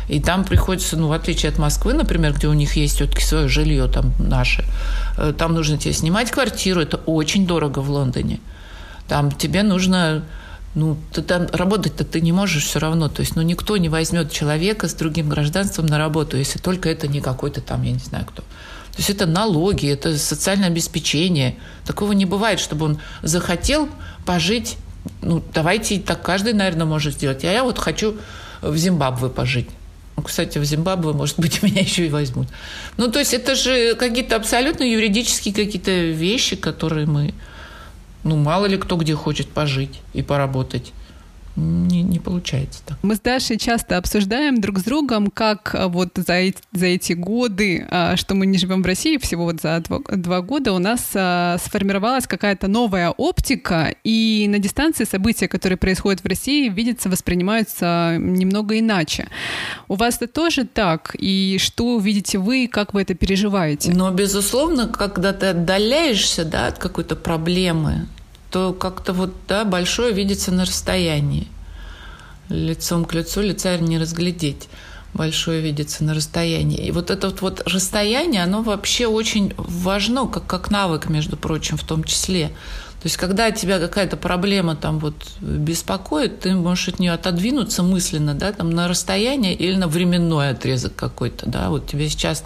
И там приходится, в отличие от Москвы, например, где у них есть все-таки свое жилье, там наше, там нужно тебе снимать квартиру, это очень дорого в Лондоне. Там тебе нужно... ты там работать-то ты не можешь все равно. То есть, никто не возьмет человека с другим гражданством на работу, если только это не какой-то там, я не знаю кто. То есть, это налоги, это социальное обеспечение. Такого не бывает, чтобы он захотел пожить. Давайте так каждый, наверное, может сделать. А я хочу в Зимбабве пожить. Кстати, в Зимбабве, может быть, меня еще и возьмут. То есть, это же какие-то абсолютно юридические какие-то вещи, которые мы... мало ли кто где хочет пожить и поработать. Не получается так. Мы с Дашей часто обсуждаем друг с другом, как за эти годы, что мы не живем в России, всего за 2 года у нас сформировалась какая-то новая оптика, и на дистанции события, которые происходят в России, видятся, воспринимаются немного иначе. У вас это тоже так? И что видите вы, как вы это переживаете? Но, безусловно, когда ты отдаляешься, от какой-то проблемы, то как-то большое видится на расстоянии. Лицом к лицу лица не разглядеть. Большое видится на расстоянии. И это расстояние, оно вообще очень важно, как навык, между прочим, в том числе. То есть, когда тебя какая-то проблема беспокоит, ты можешь от нее отодвинуться мысленно, на расстояние или на временной отрезок какой-то, тебе сейчас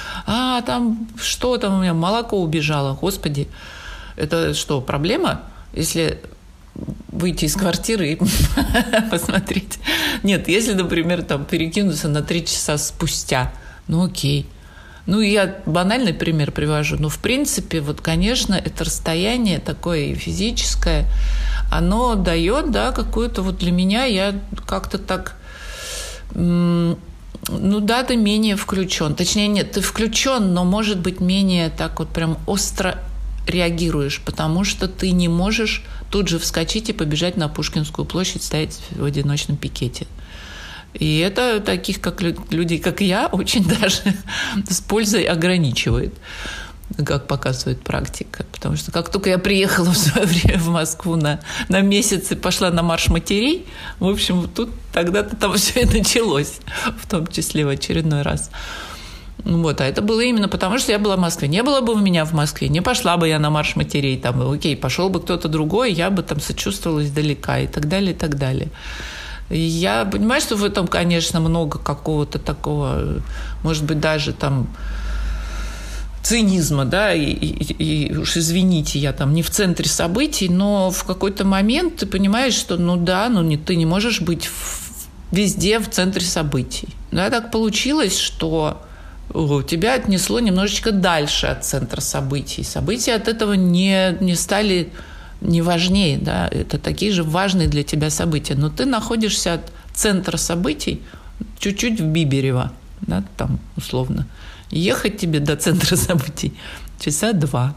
что там у меня, молоко убежало, господи. Это что, проблема? Если выйти из квартиры и посмотреть. Нет, если, например, перекинуться на 3 часа спустя, окей. Я банальный пример привожу. В принципе, конечно, это расстояние такое физическое, оно дает, какую-то для меня, я как-то так... ты менее включен. Точнее, нет, ты включен, но, может быть, менее так прям остро реагируешь, потому что ты не можешь тут же вскочить и побежать на Пушкинскую площадь, стоять в одиночном пикете. И это таких людей, как я, очень даже с пользой ограничивает, как показывает практика. Потому что как только я приехала в свое время в Москву на месяц и пошла на марш матерей, в общем, тогда-то там все и началось, в том числе в очередной раз. А это было именно потому, что я была в Москве. Не было бы у меня в Москве, не пошла бы я на марш матерей. Окей, пошел бы кто-то другой, я бы сочувствовала издалека и так далее, и так далее. И я понимаю, что в этом, конечно, много какого-то такого, может быть, даже цинизма, и уж извините, я не в центре событий, но в какой-то момент ты понимаешь, что, ты не можешь быть везде в центре событий. Так получилось, что тебя отнесло немножечко дальше от центра событий. События от этого не стали не важнее, это такие же важные для тебя события. Но ты находишься от центра событий чуть-чуть в Биберево, условно. Ехать тебе до центра событий 2 часа.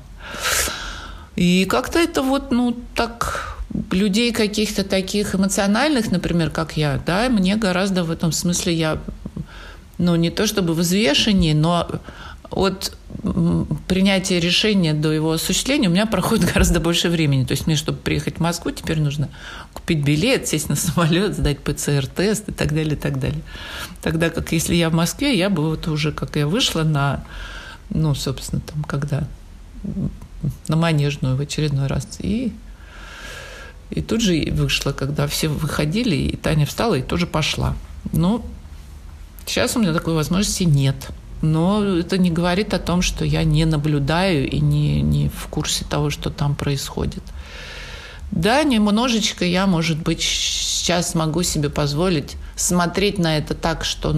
И как-то это так людей каких-то таких эмоциональных, например, как я, мне гораздо в этом смысле я... не то чтобы взвешеннее, но от принятия решения до его осуществления у меня проходит гораздо больше времени. То есть мне, чтобы приехать в Москву, теперь нужно купить билет, сесть на самолет, сдать ПЦР-тест и так далее, и так далее. Тогда как если я в Москве, я бы уже, как я вышла на, собственно, когда на Манежную в очередной раз, и тут же вышла, когда все выходили, и Таня встала и тоже пошла. Сейчас у меня такой возможности нет. Но это не говорит о том, что я не наблюдаю и не в курсе того, что там происходит. Немножечко я, может быть, сейчас могу себе позволить смотреть на это так, что,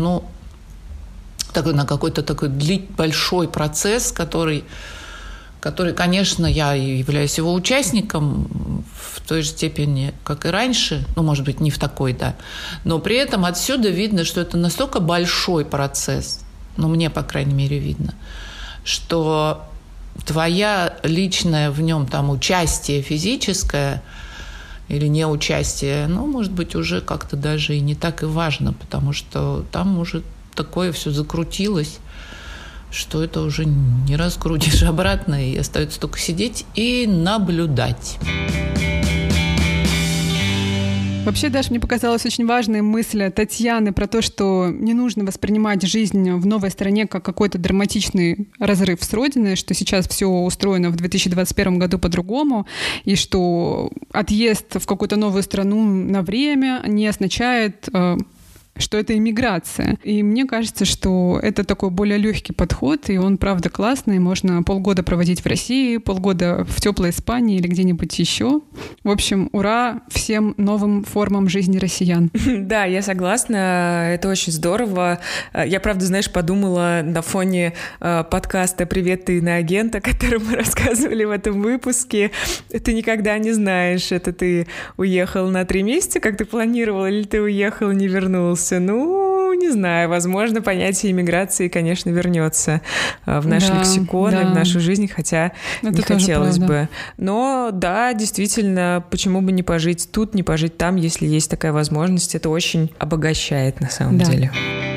на какой-то такой большой процесс, который, конечно, я являюсь его участником в той же степени, как и раньше, может быть, не в такой, но при этом отсюда видно, что это настолько большой процесс, мне, по крайней мере, видно, что твоя личная в нем участие физическое или неучастие, может быть, уже как-то даже и не так и важно, потому что там уже такое все закрутилось, что это уже не раскрутишь обратно, и остается только сидеть и наблюдать. Вообще, Даша, мне показалась очень важная мысль Татьяны про то, что не нужно воспринимать жизнь в новой стране как какой-то драматичный разрыв с родиной, что сейчас все устроено в 2021 году по-другому, и что отъезд в какую-то новую страну на время не означает, что это иммиграция. И мне кажется, что это такой более легкий подход, и он, правда, классный. Можно полгода проводить в России, полгода в теплой Испании или где-нибудь еще. В общем, ура всем новым формам жизни россиян. Да, я согласна. Это очень здорово. Я, правда, знаешь, подумала на фоне подкаста «Привет, ты иноагент», о котором мы рассказывали в этом выпуске. Ты никогда не знаешь, это ты уехал на 3 месяца, как ты планировал, или ты уехал и не вернулся. Ну, не знаю, возможно, понятие иммиграции, конечно, вернется в наш лексикон и в нашу жизнь, хотя это не хотелось бы. Но да, действительно, почему бы не пожить тут, не пожить там, если есть такая возможность. Это очень обогащает на самом деле.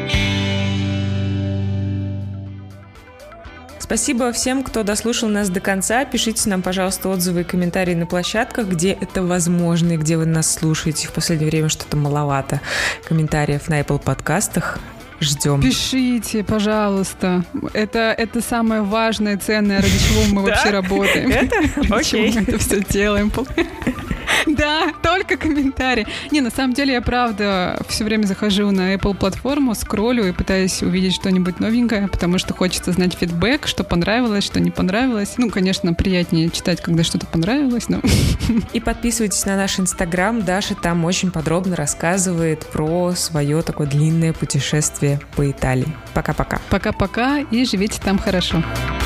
Спасибо всем, кто дослушал нас до конца. Пишите нам, пожалуйста, отзывы и комментарии на площадках, где это возможно и где вы нас слушаете. В последнее время что-то маловато комментариев на Apple подкастах. Ждем. Пишите, пожалуйста. Это самое важное, ценное, ради чего мы вообще работаем. Ради чего мы это все делаем. Да, только комментарии. Не, на самом деле я, правда, все время захожу на Apple-платформу, скроллю и пытаюсь увидеть что-нибудь новенькое, потому что хочется знать фидбэк, что понравилось, что не понравилось. Ну, конечно, приятнее читать, когда что-то понравилось, но... И подписывайтесь на наш Инстаграм. Даша там очень подробно рассказывает про свое такое длинное путешествие по Италии. Пока-пока. Пока-пока и живите там хорошо.